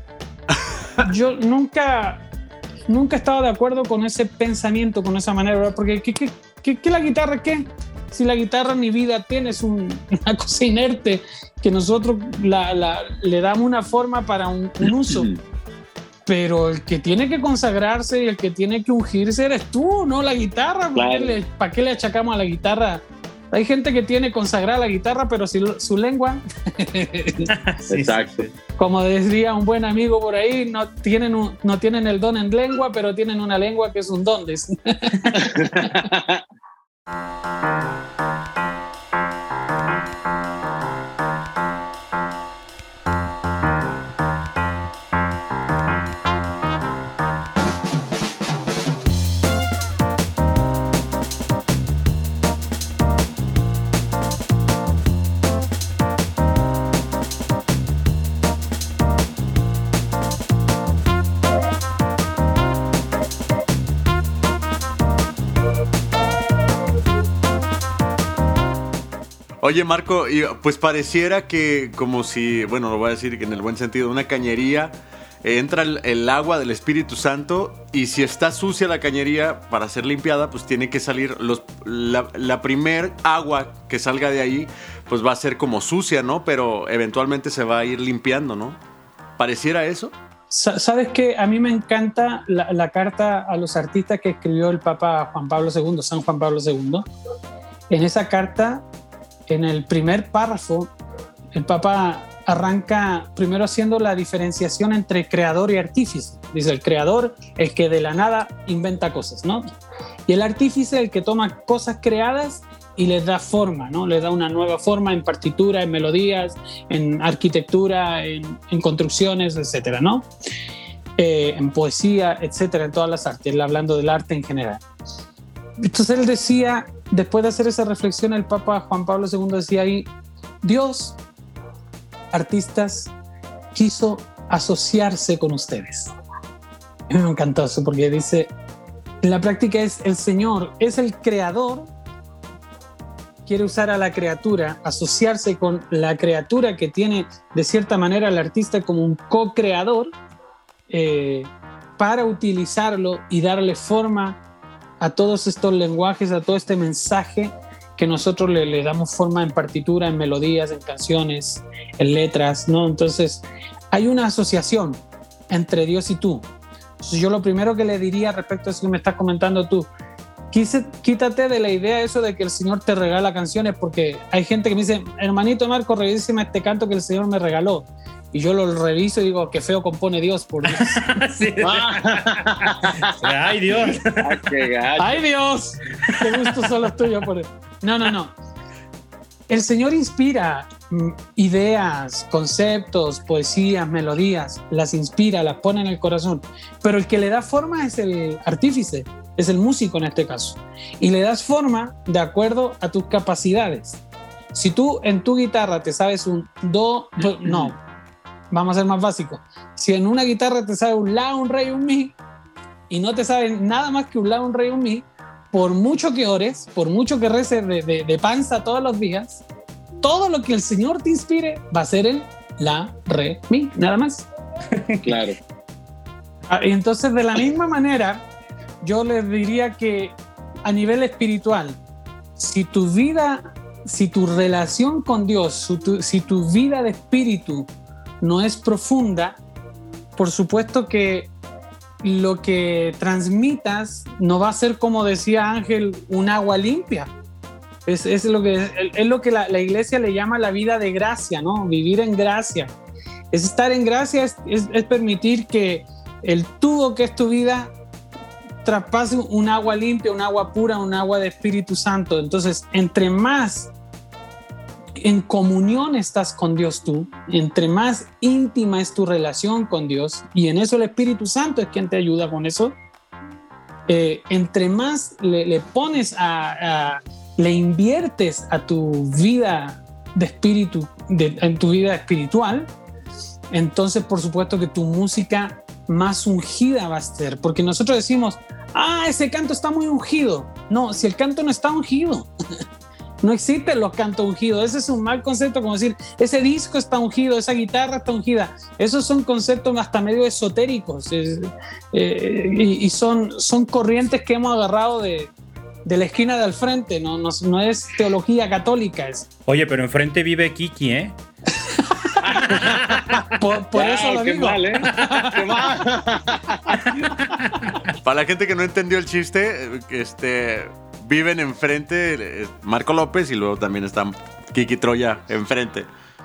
Yo nunca, nunca he estado de acuerdo con ese pensamiento, con esa manera, ¿verdad? Porque ¿qué, qué, qué, qué la guitarra qué? Si la guitarra ni vida tiene, es un, una cosa inerte que nosotros la, la, le damos una forma para un, un uso. Pero el que tiene que consagrarse y el que tiene que ungirse eres tú, no la guitarra. ¿Para, Claro. qué, le, ¿Para qué le achacamos a la guitarra? Hay gente que tiene consagrada la guitarra, pero si lo- su lengua, Sí, Exacto. como decía un buen amigo por ahí, no tienen, un- no tienen el don en lengua, pero tienen una lengua que es un don. dice. Oye, Marco, y, pues pareciera que como si, bueno, lo voy a decir que en el buen sentido, una cañería, eh, entra el, el agua del Espíritu Santo y si está sucia la cañería para ser limpiada, pues tiene que salir, los, la, la primer agua que salga de ahí, pues va a ser como sucia, ¿no? Pero eventualmente se va a ir limpiando, ¿no? ¿Pareciera eso? Sa- ¿Sabes qué? A mí me encanta la, la carta a los artistas que escribió el Papa Juan Pablo segundo, San Juan Pablo segundo. En esa carta, en el primer párrafo, el Papa arranca primero haciendo la diferenciación entre creador y artífice. Dice, el creador, el que de la nada inventa cosas, ¿no? Y el artífice, el que toma cosas creadas y les da forma, ¿no? Les da una nueva forma en partitura, en melodías, en arquitectura, en, en construcciones, etcétera, ¿no? Eh, en poesía, etcétera, en todas las artes, él hablando del arte en general. Entonces él decía, después de hacer esa reflexión, el Papa Juan Pablo segundo decía ahí, Dios, artistas, quiso asociarse con ustedes. A mí me encantó eso porque dice, en la práctica es el Señor, es el creador, quiere usar a la criatura, asociarse con la criatura que tiene de cierta manera al artista como un co-creador, eh, para utilizarlo y darle forma a todos estos lenguajes, a todo este mensaje que nosotros le, le damos forma en partitura, en melodías, en canciones, en letras, ¿no? Entonces, hay una asociación entre Dios y tú. Entonces, yo lo primero que le diría respecto a eso que me estás comentando tú, quise, quítate de la idea eso de que el Señor te regala canciones, porque hay gente que me dice, hermanito Marco, revíseme este canto que el Señor me regaló. Y yo lo reviso y digo, qué feo compone Dios, por Dios. Sí. Ay, Dios. Ah, qué gacho. ¡Ay, Dios! ¡Qué gustos son los tuyos! Por... No, no, no. El Señor inspira mm, ideas, conceptos, poesías, melodías, las inspira, las pone en el corazón. Pero el que le da forma es el artífice, es el músico en este caso. Y le das forma de acuerdo a tus capacidades. Si tú en tu guitarra te sabes un do, do no, vamos a ser más básicos. Si en una guitarra te sabes un la, un re y un mi, y no te sabes nada más que un la, un re y un mi, por mucho que ores, por mucho que reces de, de, de panza todos los días, todo lo que el Señor te inspire va a ser el la, re, mi, nada más. Claro. Y entonces, de la misma manera, yo les diría que a nivel espiritual, si tu vida, si tu relación con Dios, si tu, si tu vida de espíritu no es profunda, por supuesto que lo que transmitas no va a ser, como decía Ángel, un agua limpia. Es, es lo que, es lo que la, la iglesia le llama la vida de gracia, ¿no? Vivir en gracia. Es estar en gracia, es, es, es permitir que el tubo que es tu vida traspase un agua limpia, un agua pura, un agua de Espíritu Santo. Entonces, entre más en comunión estás con Dios tú, entre más íntima es tu relación con Dios, y en eso el Espíritu Santo es quien te ayuda con eso, eh, entre más le, le pones a, a, le inviertes a tu vida de espíritu, de, en tu vida espiritual, entonces por supuesto que tu música más ungida va a ser, porque nosotros decimos, ah, ese canto está muy ungido. No, si el canto no está ungido, no existen los cantos ungidos. Ese es un mal concepto, como decir, ese disco está ungido, esa guitarra está ungida. Esos son conceptos hasta medio esotéricos, es, eh, y, y son, son corrientes que hemos agarrado de, de la esquina de al frente, no, no, no es teología católica. Es. Oye, pero enfrente vive Kiki, ¿eh? Por, por Wow, eso lo qué digo. mal, ¿eh? Qué mal. Para la gente que no entendió el chiste, este, viven enfrente eh, Marco López y luego también está Kiki Troya enfrente.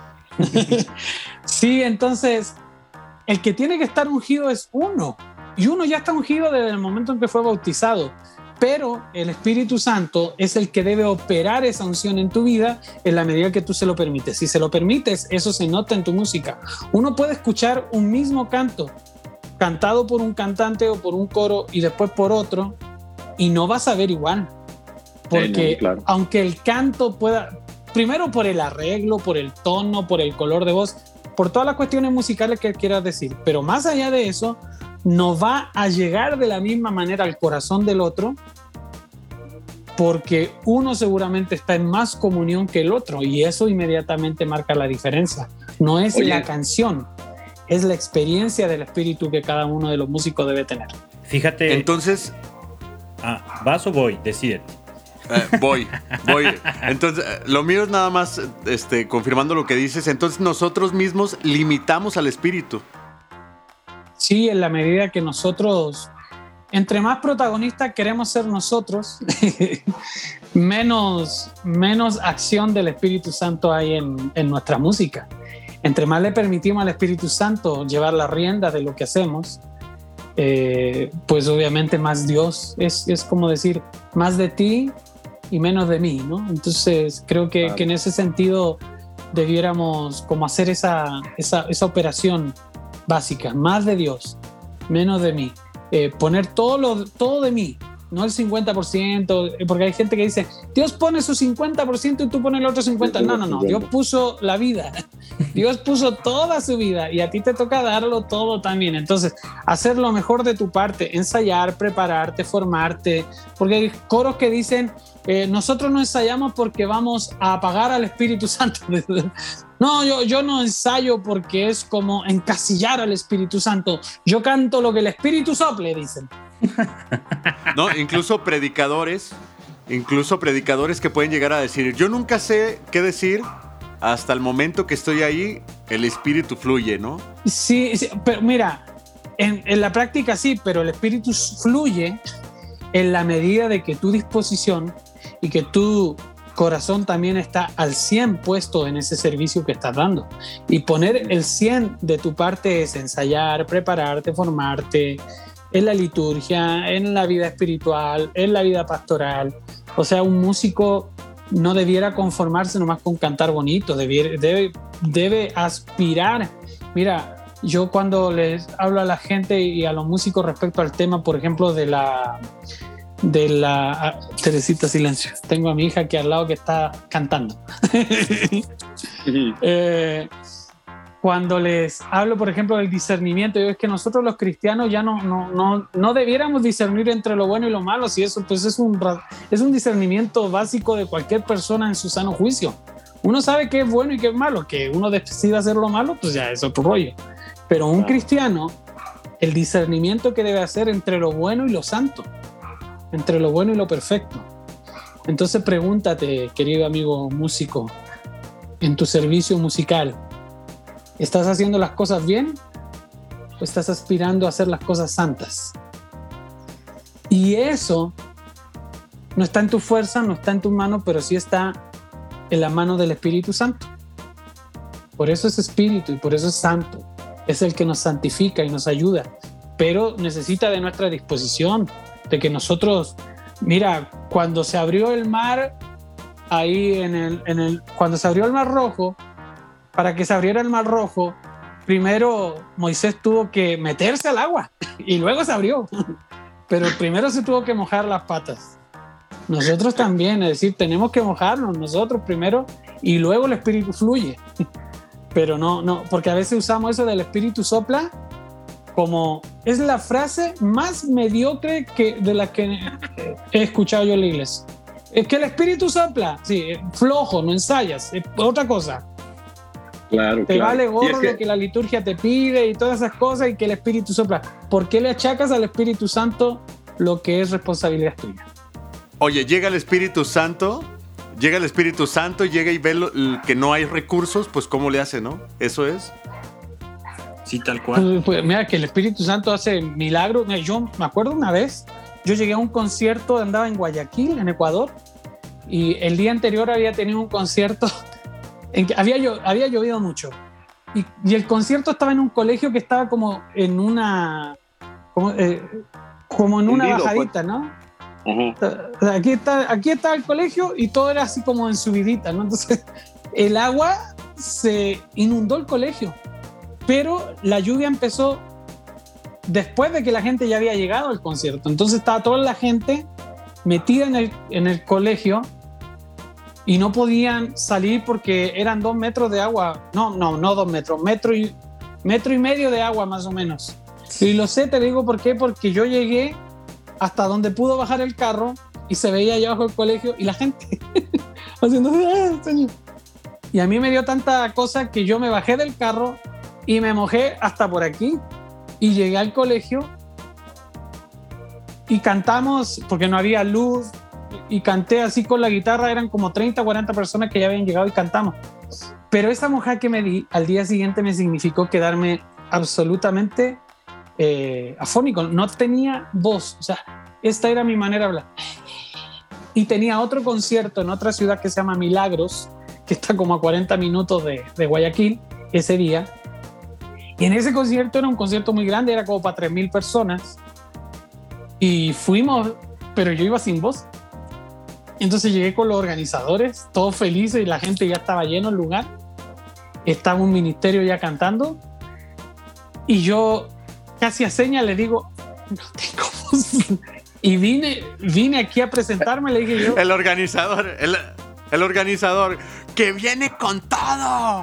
Sí, entonces, el que tiene que estar ungido es uno. Y uno ya está ungido desde el momento en que fue bautizado. Pero el Espíritu Santo es el que debe operar esa unción en tu vida en la medida que tú se lo permites. Si se lo permites, eso se nota en tu música. Uno puede escuchar un mismo canto, cantado por un cantante o por un coro y después por otro, y no vas a ver igual. Porque Sí, no, claro. aunque el canto pueda, primero por el arreglo, por el tono, por el color de voz, por todas las cuestiones musicales que quieras decir, pero más allá de eso, no va a llegar de la misma manera al corazón del otro, porque uno seguramente está en más comunión que el otro, y eso inmediatamente marca la diferencia. No es Oye. la canción, es la experiencia del espíritu que cada uno de los músicos debe tener. Fíjate. Entonces, Ah, ¿vas o voy? Decídete. eh, voy, voy. Entonces, eh, lo mío es nada más este, confirmando lo que dices. Entonces, nosotros mismos limitamos al espíritu. Sí, en la medida que nosotros, entre más protagonistas queremos ser nosotros, menos, menos acción del Espíritu Santo hay en, en nuestra música. Entre más le permitimos al Espíritu Santo llevar la rienda de lo que hacemos, eh, pues obviamente más Dios, es, es como decir, más de ti y menos de mí, ¿no? Entonces creo que, Claro. que en ese sentido debiéramos como hacer esa, esa, esa operación básica, más de Dios, menos de mí, eh, poner todo, lo, todo de mí, no el cincuenta por ciento, porque hay gente que dice, Dios pone su cincuenta por ciento y tú pones el otro cincuenta por ciento. No, no, no, Dios puso la vida, Dios puso toda su vida y a ti te toca darlo todo también. Entonces, hacer lo mejor de tu parte, ensayar, prepararte, formarte, porque hay coros que dicen, eh, nosotros no ensayamos porque vamos a apagar al Espíritu Santo. No, yo, yo no ensayo porque es como encasillar al Espíritu Santo. Yo canto lo que el Espíritu sople, dicen. ¿No? Incluso predicadores, incluso predicadores que pueden llegar a decir, yo nunca sé qué decir, hasta el momento que estoy ahí, el espíritu fluye, ¿no? Sí, sí, pero mira, en, en la práctica sí, pero el espíritu fluye en la medida de que tu disposición y que tu corazón también está al cien puesto en ese servicio que estás dando. Y poner el cien de tu parte es ensayar, prepararte, formarte en la liturgia, en la vida espiritual, en la vida pastoral. O sea, un músico no debiera conformarse nomás con cantar bonito, debiera, debe, debe aspirar. Mira, yo cuando les hablo a la gente y a los músicos respecto al tema, por ejemplo, de la... de la ah, Teresita, silencio. Tengo a mi hija aquí al lado que está cantando. eh, cuando les hablo, por ejemplo, del discernimiento, yo es que nosotros los cristianos ya no, no, no, no debiéramos discernir entre lo bueno y lo malo, si eso pues es un, es un discernimiento básico de cualquier persona en su sano juicio. Uno sabe qué es bueno y qué es malo, que uno decida hacer lo malo, pues ya es otro rollo. Pero un cristiano, el discernimiento que debe hacer entre lo bueno y lo santo, entre lo bueno y lo perfecto. Entonces pregúntate, querido amigo músico, en tu servicio musical, ¿estás haciendo las cosas bien o estás aspirando a hacer las cosas santas? Y eso no está en tu fuerza, no está en tus manos, pero sí está en la mano del Espíritu Santo. Por eso es Espíritu y por eso es Santo. Es el que nos santifica y nos ayuda, pero necesita de nuestra disposición, de que nosotros, mira, cuando se abrió el mar, ahí en el, en el, cuando se abrió el Mar Rojo, para que se abriera el Mar Rojo, primero Moisés tuvo que meterse al agua y luego se abrió, pero primero se tuvo que mojar las patas. Nosotros también, es decir, tenemos que mojarnos nosotros primero y luego el Espíritu fluye. Pero no, no, porque a veces usamos eso del Espíritu sopla como es la frase más mediocre que, de la que he escuchado yo en la iglesia. Es que el Espíritu sopla, sí, flojo, no ensayas, es otra cosa. Claro, Te claro. vale gorro Y es que- lo que la liturgia te pide y todas esas cosas y que el Espíritu sopla. ¿Por qué le achacas al Espíritu Santo lo que es responsabilidad tuya? Oye, llega el Espíritu Santo, llega el Espíritu Santo, llega y ve lo, que no hay recursos, pues ¿cómo le hace, no? Eso es. Sí, tal cual. Pues, pues, mira, que el Espíritu Santo hace milagros. Mira, yo me acuerdo una vez, yo llegué a un concierto, andaba en Guayaquil, en Ecuador, y el día anterior había tenido un concierto en que había, había llovido mucho. Y, y el concierto estaba en un colegio que estaba como en una, como, eh, como en una Hundido, bajadita, pues. ¿no? Ajá. Aquí está, aquí está el colegio y todo era así como en subidita, ¿no? Entonces el agua se inundó el colegio, pero la lluvia empezó después de que la gente ya había llegado al concierto. Entonces estaba toda la gente metida en el, en el colegio y no podían salir porque eran dos metros de agua. No, no, no dos metros, metro y, metro y medio de agua más o menos. Y lo sé, te digo por qué, porque yo llegué hasta donde pudo bajar el carro y se veía allá abajo el colegio y la gente haciendo ¡ah, señor! Y a mí me dio tanta cosa que yo me bajé del carro y me mojé hasta por aquí y llegué al colegio y cantamos porque no había luz y canté así con la guitarra, eran como treinta, cuarenta personas que ya habían llegado y cantamos, pero esa mojada que me di al día siguiente me significó quedarme absolutamente Eh, afónico, no tenía voz, o sea, esta era mi manera de hablar. Y tenía otro concierto en otra ciudad que se llama Milagros, que está como a cuarenta minutos de, de Guayaquil, ese día. Y en ese concierto era un concierto muy grande, era como para tres mil personas. Y fuimos, pero yo iba sin voz. Entonces llegué con los organizadores, todos felices, y la gente ya estaba lleno el lugar. Estaba un ministerio ya cantando. Y yo casi a señas le digo, no tengo voz. Y vine, vine aquí a presentarme, le dije yo. El organizador, el, el organizador, que viene con todo.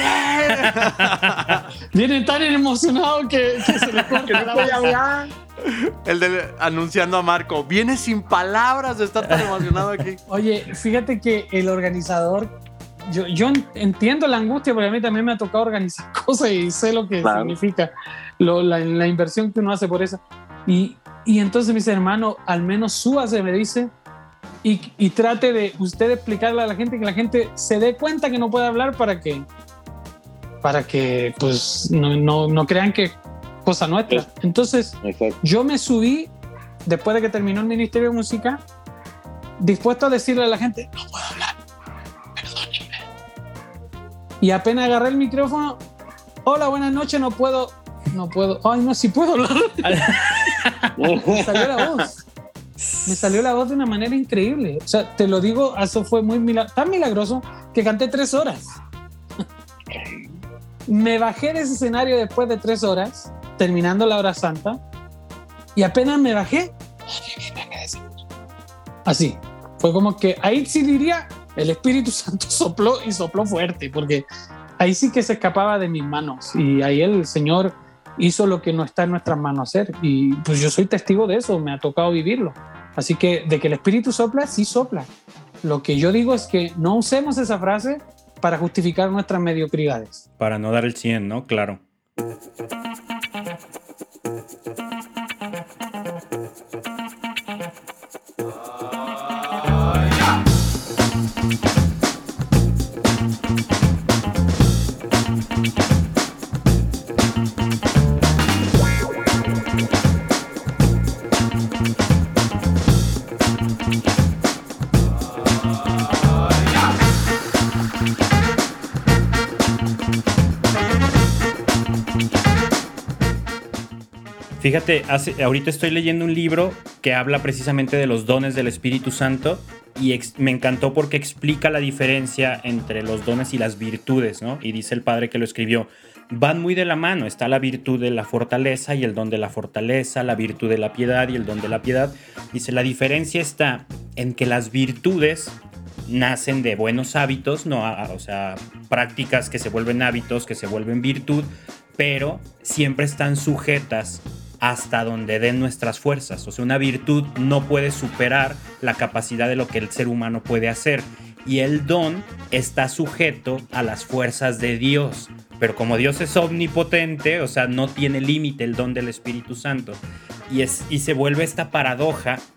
Ah. Viene tan emocionado que, que se le corta la voz. El de anunciando a Marco, viene sin palabras de estar tan emocionado aquí. Oye, fíjate que el organizador, yo, yo entiendo la angustia, porque a mí también me ha tocado organizar cosas y sé lo que claro. significa lo, la, la inversión que uno hace por eso. Y, y entonces me dice, hermano, al menos súbase, me dice, y, y trate de usted explicarle a la gente, que la gente se dé cuenta que no puede hablar para que, para que pues no, no, no crean que es cosa nuestra. Entonces Exacto. yo me subí, después de que terminó el Ministerio de Música, dispuesto a decirle a la gente, no puedo hablar, perdónenme. Y apenas agarré el micrófono, hola, buenas noches, no puedo, no puedo, ay no, sí puedo hablar. Me salió la voz, me salió la voz de una manera increíble. O sea, te lo digo, eso fue muy milag- tan milagroso que canté tres horas. Me bajé de ese escenario después de tres horas, terminando la hora santa, y apenas me bajé, así, fue como que ahí sí diría, el Espíritu Santo sopló y sopló fuerte, porque ahí sí que se escapaba de mis manos, y ahí el Señor hizo lo que no está en nuestras manos hacer, y pues yo soy testigo de eso, me ha tocado vivirlo. Así que de que el Espíritu sopla, sí sopla. Lo que yo digo es que no usemos esa frase para justificar nuestras mediocridades. Para no dar el cien, ¿no? Claro. Fíjate, hace, ahorita estoy leyendo un libro que habla precisamente de los dones del Espíritu Santo y ex, me encantó porque explica la diferencia entre los dones y las virtudes, ¿no? Y dice el padre que lo escribió, van muy de la mano, está la virtud de la fortaleza y el don de la fortaleza, la virtud de la piedad y el don de la piedad. Dice, la diferencia está en que las virtudes nacen de buenos hábitos, ¿no? O sea, prácticas que se vuelven hábitos, que se vuelven virtud, pero siempre están sujetas hasta donde den nuestras fuerzas. O sea, una virtud no puede superar la capacidad de lo que el ser humano puede hacer. Y el don está sujeto a las fuerzas de Dios. Pero como Dios es omnipotente, o sea, no tiene límite el don del Espíritu Santo. Y, es, y se vuelve esta paradoja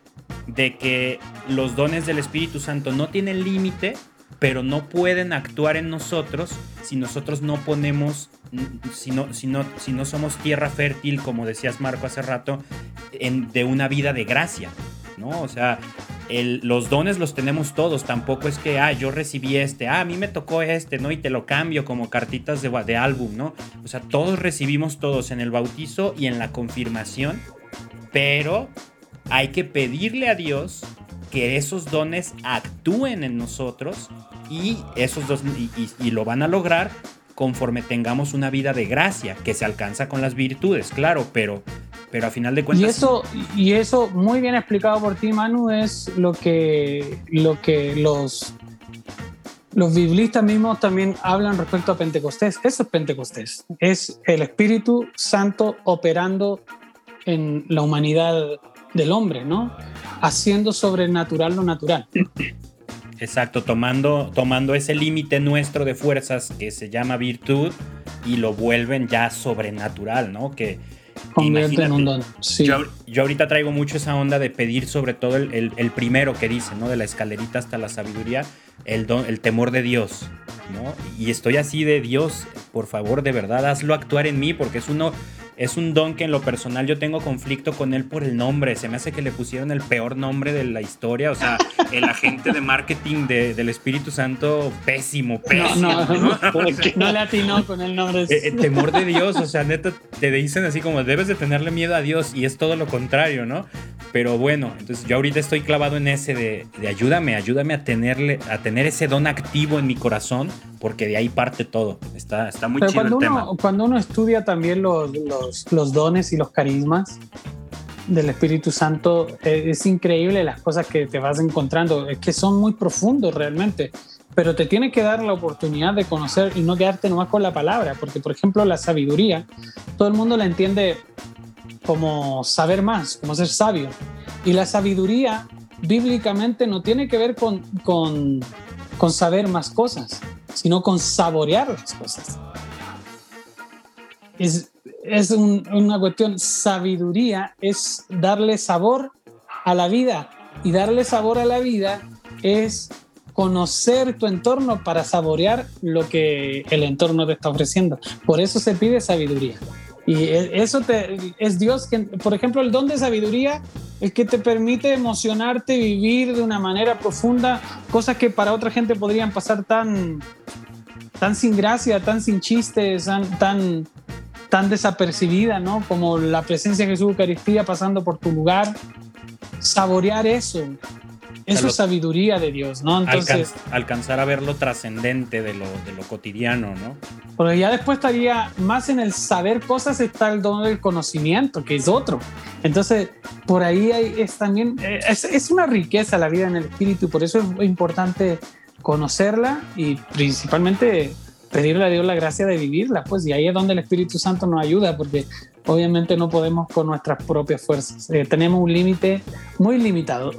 de que los dones del Espíritu Santo no tienen límite, pero no pueden actuar en nosotros si nosotros no ponemos, si no, si no, si no somos tierra fértil, como decías Marco hace rato, en, de una vida de gracia, ¿no? O sea, el, los dones los tenemos todos, tampoco es que, ah, yo recibí este, ah, a mí me tocó este, ¿no? Y te lo cambio como cartitas de, de álbum, ¿no? O sea, todos recibimos todos en el bautizo y en la confirmación, pero hay que pedirle a Dios que esos dones actúen en nosotros y esos dos y, y, y lo van a lograr conforme tengamos una vida de gracia que se alcanza con las virtudes, claro, pero pero a final de cuentas y eso y eso muy bien explicado por ti, Manu, es lo que lo que los los biblistas mismos también hablan respecto a Pentecostés. Eso es Pentecostés, es el Espíritu Santo operando en la humanidad del hombre, ¿no? Haciendo sobrenatural lo natural. Exacto, tomando, tomando ese límite nuestro de fuerzas que se llama virtud y lo vuelven ya sobrenatural, ¿no? Que convierte en un don. Sí. Yo, yo ahorita traigo mucho esa onda de pedir sobre todo el, el, el primero que dice, ¿no? De la escalerita hasta la sabiduría, el, don, el temor de Dios, ¿no? Y estoy así de Dios, por favor, de verdad, hazlo actuar en mí, porque es uno... Es un don que en lo personal yo tengo conflicto con él por el nombre. Se me hace que le pusieron el peor nombre de la historia. O sea, el agente de marketing de, del Espíritu Santo, pésimo, pésimo. No, no, no, no, no le atinó con el nombre. Eh, eh, temor de Dios, o sea, neta, te dicen así como debes de tenerle miedo a Dios y es todo lo contrario, ¿no? Pero bueno, entonces yo ahorita estoy clavado en ese de, de ayúdame, ayúdame a tenerle, a tener ese don activo en mi corazón, porque de ahí parte todo. Está, está muy Pero chido cuando el uno, tema. Cuando uno estudia también los, los, los dones y los carismas del Espíritu Santo, eh, es increíble las cosas que te vas encontrando, es que son muy profundos realmente, pero te tienes que dar la oportunidad de conocer y no quedarte nomás con la palabra, porque por ejemplo la sabiduría, todo el mundo la entiende como saber más, como ser sabio, y la sabiduría bíblicamente no tiene que ver con, con, con saber más cosas, sino con saborear las cosas. Es, es un, una cuestión, sabiduría es darle sabor a la vida, y darle sabor a la vida es conocer tu entorno para saborear lo que el entorno te está ofreciendo. Por eso se pide sabiduría. Y eso te, es Dios que, por ejemplo, el don de sabiduría es que te permite emocionarte, vivir de una manera profunda cosas que para otra gente podrían pasar tan, tan sin gracia, tan sin chistes, tan, tan, tan desapercibida, ¿no? Como la presencia de Jesús Eucaristía pasando por tu lugar. Saborear eso. Eso es sabiduría de Dios, ¿no? Entonces, Alcanz, alcanzar a ver lo trascendente de lo, de lo cotidiano, ¿no? Pero ya después estaría más en el saber cosas, está el don del conocimiento, que es otro. Entonces, por ahí hay, es también, es, es una riqueza la vida en el espíritu, por eso es importante conocerla y principalmente pedirle a Dios la gracia de vivirla, pues, y ahí es donde el Espíritu Santo nos ayuda, porque obviamente no podemos con nuestras propias fuerzas. Eh, tenemos un límite muy limitado.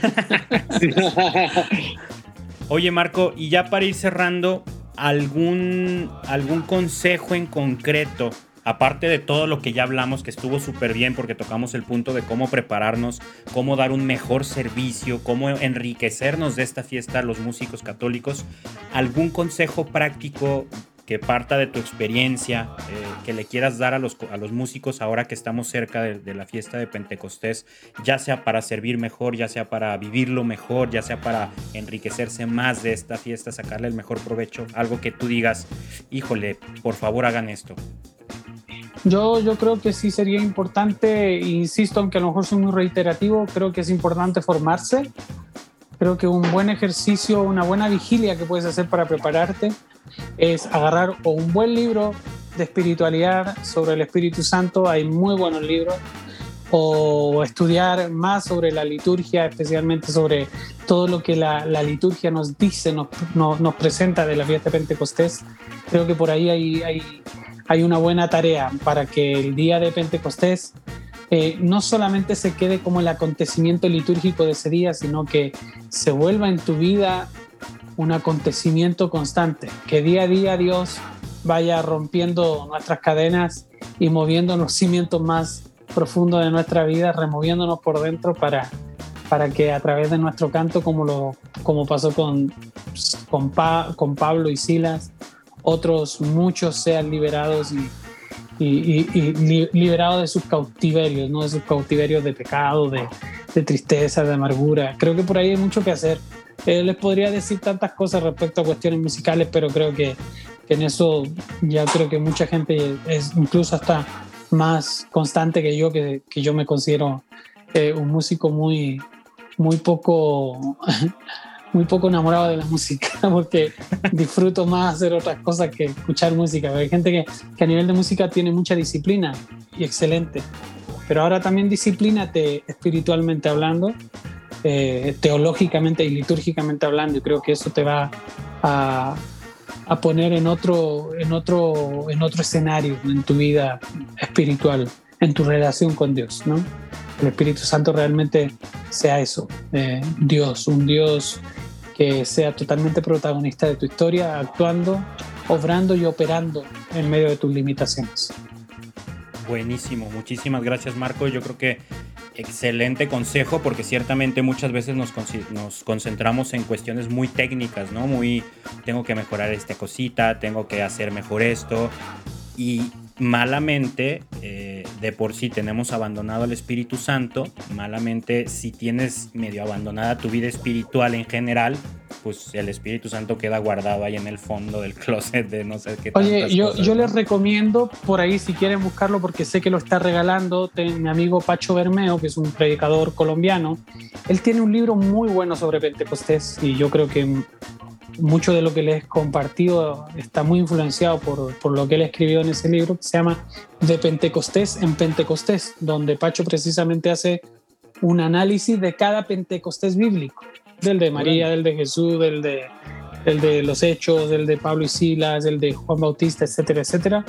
Oye, Marco, y ya para ir cerrando, ¿algún, algún consejo en concreto? Aparte de todo lo que ya hablamos, que estuvo súper bien porque tocamos el punto de cómo prepararnos, cómo dar un mejor servicio, cómo enriquecernos de esta fiesta a los músicos católicos, ¿algún consejo práctico que parta de tu experiencia, eh, que le quieras dar a los, a los músicos ahora que estamos cerca de, de la fiesta de Pentecostés, ya sea para servir mejor, ya sea para vivirlo mejor, ya sea para enriquecerse más de esta fiesta, sacarle el mejor provecho? Algo que tú digas, híjole, por favor hagan esto. Yo, yo creo que sí sería importante, insisto, aunque a lo mejor soy muy reiterativo, creo que es importante formarse. Creo que un buen ejercicio, una buena vigilia que puedes hacer para prepararte es agarrar o un buen libro de espiritualidad sobre el Espíritu Santo, hay muy buenos libros, o estudiar más sobre la liturgia, especialmente sobre todo lo que la, la liturgia nos dice, nos, nos, nos presenta de la fiesta de Pentecostés. Creo que por ahí hay, hay, hay una buena tarea para que el día de Pentecostés eh, no solamente se quede como el acontecimiento litúrgico de ese día, sino que se vuelva en tu vida un acontecimiento constante, que día a día Dios vaya rompiendo nuestras cadenas y moviendo los cimientos más profundos de nuestra vida, removiéndonos por dentro para, para que a través de nuestro canto, como, lo, como pasó con, con, pa, con Pablo y Silas, otros muchos sean liberados y, y, y, y liberados de sus cautiverios, ¿no? De sus cautiverios de pecado, de, de tristeza, de amargura. Creo que por ahí hay mucho que hacer. Eh, les podría decir tantas cosas respecto a cuestiones musicales, pero creo que, que en eso ya creo que mucha gente es incluso hasta más constante que yo, que, que yo me considero eh, un músico muy, muy poco muy poco enamorado de la música, porque disfruto más hacer otras cosas que escuchar música. Pero hay gente que, que a nivel de música tiene mucha disciplina y excelente, pero ahora también disciplínate espiritualmente hablando, eh, teológicamente y litúrgicamente hablando, y creo que eso te va a, a poner en otro, en, otro, en otro escenario en tu vida espiritual, en tu relación con Dios, ¿no? El Espíritu Santo realmente sea eso, eh, Dios, un Dios que sea totalmente protagonista de tu historia, actuando, obrando y operando en medio de tus limitaciones. Buenísimo, muchísimas gracias, Marco. Yo creo que excelente consejo, porque ciertamente muchas veces nos, nos concentramos en cuestiones muy técnicas, ¿no? Muy, tengo que mejorar esta cosita, tengo que hacer mejor esto, y malamente, eh, de por sí tenemos abandonado al Espíritu Santo. Malamente, si tienes medio abandonada tu vida espiritual en general, pues el Espíritu Santo queda guardado ahí en el fondo del closet de no sé qué tantas Oye, yo, cosas, yo ¿no? les recomiendo por ahí, si quieren buscarlo, porque sé que lo está regalando, ten, mi amigo Pacho Bermeo, que es un predicador colombiano. Él tiene un libro muy bueno sobre Pentecostés, y yo creo que mucho de lo que les he compartido está muy influenciado por, por lo que él escribió en ese libro, que se llama De Pentecostés en Pentecostés, donde Pacho precisamente hace un análisis de cada Pentecostés bíblico, del de María, del de Jesús, del de, del de los Hechos, del de Pablo y Silas, del de Juan Bautista, etcétera, etcétera.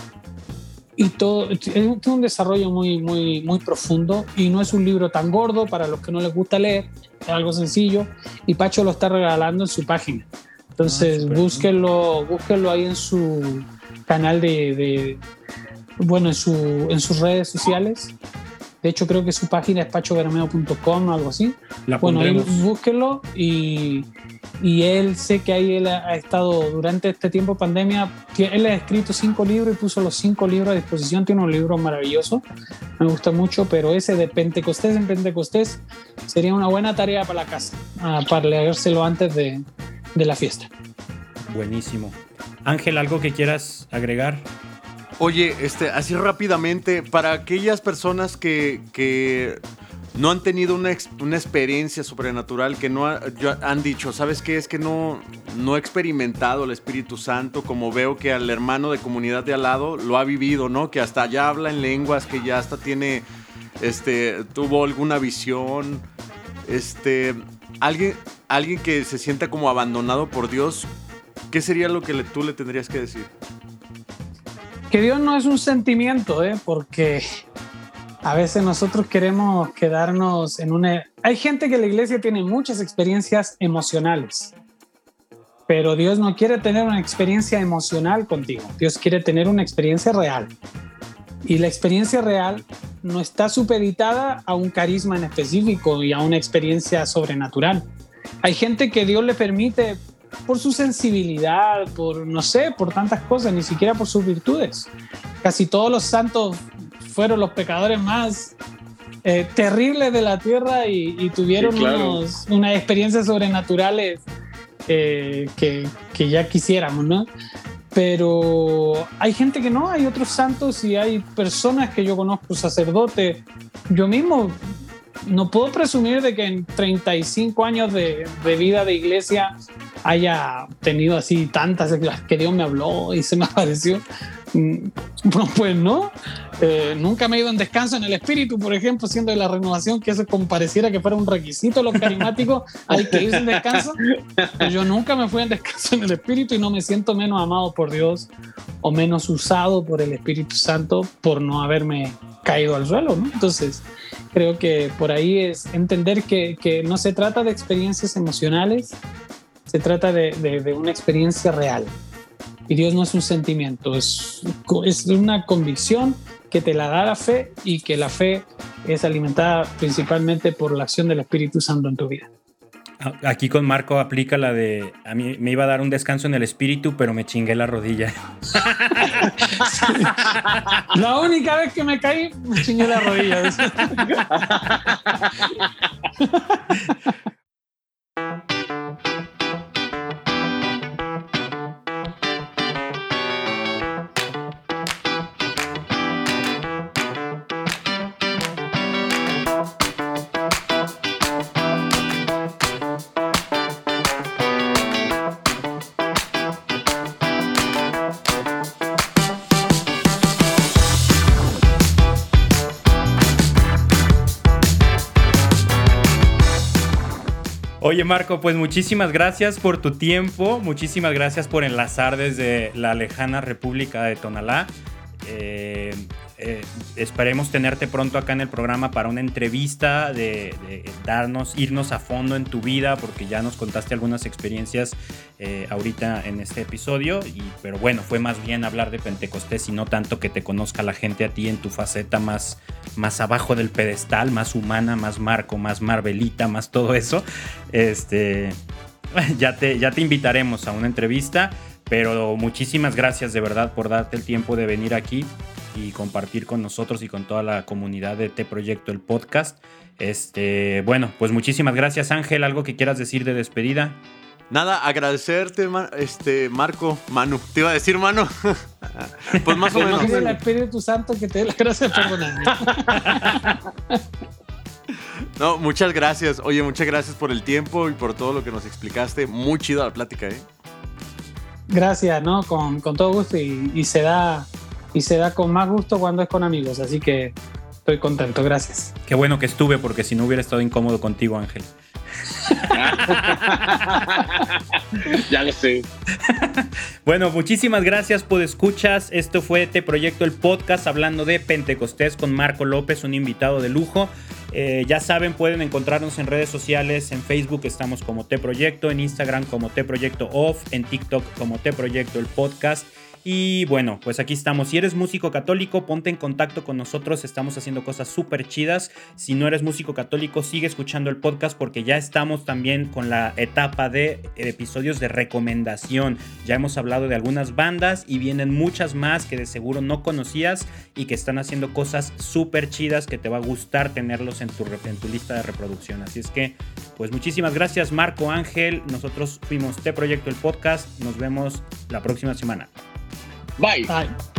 Y todo tiene un desarrollo muy, muy, muy profundo, y no es un libro tan gordo para los que no les gusta leer, es algo sencillo, y Pacho lo está regalando en su página. Entonces, ah, búsquenlo, búsquenlo ahí en su canal de, de bueno, en, su, en sus redes sociales. De hecho, creo que su página es pacho bermeo punto com o algo así. La bueno, ahí pondremos. búsquenlo, y, y él, sé que ahí él ha estado durante este tiempo de pandemia. Él ha escrito cinco libros y puso los cinco libros a disposición. Tiene un libro maravilloso, me gusta mucho, pero ese de Pentecostés en Pentecostés sería una buena tarea para la casa, para leérselo antes de de la fiesta. Buenísimo. Ángel, ¿algo que quieras agregar? Oye, este, así rápidamente, para aquellas personas que, que no han tenido una, ex, una experiencia sobrenatural, que no ha, han dicho, ¿sabes qué? Es que no, no he experimentado el Espíritu Santo, como veo que al hermano de comunidad de al lado lo ha vivido, ¿no? Que hasta ya habla en lenguas, que ya hasta tiene, este, tuvo alguna visión, este... Alguien, alguien que se sienta como abandonado por Dios, ¿qué sería lo que le, tú le tendrías que decir? Que Dios no es un sentimiento, ¿eh? Porque a veces nosotros queremos quedarnos en una... Hay gente que en la iglesia tiene muchas experiencias emocionales, pero Dios no quiere tener una experiencia emocional contigo. Dios quiere tener una experiencia real. Y la experiencia real no está supeditada a un carisma en específico y a una experiencia sobrenatural. Hay gente que Dios le permite por su sensibilidad, por no sé, por tantas cosas, ni siquiera por sus virtudes. Casi todos los santos fueron los pecadores más eh, terribles de la tierra, y, y tuvieron sí, claro. unos, unas experiencias sobrenaturales eh, que, que ya quisiéramos, ¿no? Pero hay gente que no, hay otros santos, y hay personas que yo conozco, sacerdotes. Yo mismo no puedo presumir de que en treinta y cinco años de, de vida de iglesia haya tenido así tantas que Dios me habló y se me apareció. Bueno, pues no, eh, nunca me he ido en descanso en el espíritu, por ejemplo, siendo de la renovación, que eso como pareciera que fuera un requisito de los carismáticos, hay que irse en descanso. Pues yo nunca me fui en descanso en el espíritu, y no me siento menos amado por Dios o menos usado por el Espíritu Santo por no haberme caído al suelo, ¿no? Entonces creo que por ahí es entender que, que no se trata de experiencias emocionales, se trata de, de, de una experiencia real. Y Dios no es un sentimiento, es, es una convicción que te la da la fe, y que la fe es alimentada principalmente por la acción del Espíritu Santo en tu vida. Aquí con Marco aplica la de, a mí me iba a dar un descanso en el espíritu, pero me chingué la rodilla. La única vez que me caí, me chingué la rodilla. Oye, Marco, pues muchísimas gracias por tu tiempo, muchísimas gracias por enlazar desde la lejana República de Tonalá. Eh, eh, esperemos tenerte pronto acá en el programa para una entrevista, de, de darnos, irnos a fondo en tu vida, porque ya nos contaste algunas experiencias eh, ahorita en este episodio, y, pero bueno, fue más bien hablar de Pentecostés y no tanto que te conozca la gente a ti en tu faceta más, más abajo del pedestal, más humana, más Marco, más Marvelita, más todo eso. Este, ya te, ya te invitaremos a una entrevista. Pero muchísimas gracias de verdad por darte el tiempo de venir aquí y compartir con nosotros y con toda la comunidad de Te Proyecto, el podcast. Este, bueno, pues muchísimas gracias, Ángel. ¿Algo que quieras decir de despedida? Nada, agradecerte, este, Marco, Manu. Te iba a decir, Manu. Pues más o menos. Pide al Espíritu Santo que te dé la gracia de perdonarme. No, muchas gracias. Oye, muchas gracias por el tiempo y por todo lo que nos explicaste. Muy chida la plática, ¿eh? Gracias, ¿no? Con, con todo gusto y, y se da y se da con más gusto cuando es con amigos, así que estoy contento, gracias. Qué bueno que estuve, porque si no hubiera estado incómodo contigo, Ángel. Ya lo sé. Bueno, muchísimas gracias por escuchas. Esto fue Te Proyecto, el podcast, hablando de Pentecostés con Marco López, un invitado de lujo. Eh, ya saben, pueden encontrarnos en redes sociales. En Facebook estamos como Te Proyecto, en Instagram como Te Proyecto Off, en TikTok como Te Proyecto el podcast. Y bueno, pues aquí estamos. Si eres músico católico, ponte en contacto con nosotros. Estamos haciendo cosas súper chidas. Si no eres músico católico, sigue escuchando el podcast, porque ya estamos también con la etapa de episodios de recomendación. Ya hemos hablado de algunas bandas y vienen muchas más que de seguro no conocías y que están haciendo cosas súper chidas que te va a gustar tenerlos en tu, en tu lista de reproducción. Así es que, pues muchísimas gracias, Marco, Ángel. Nosotros fuimos Te Proyecto el podcast. Nos vemos la próxima semana. Bye. Bye.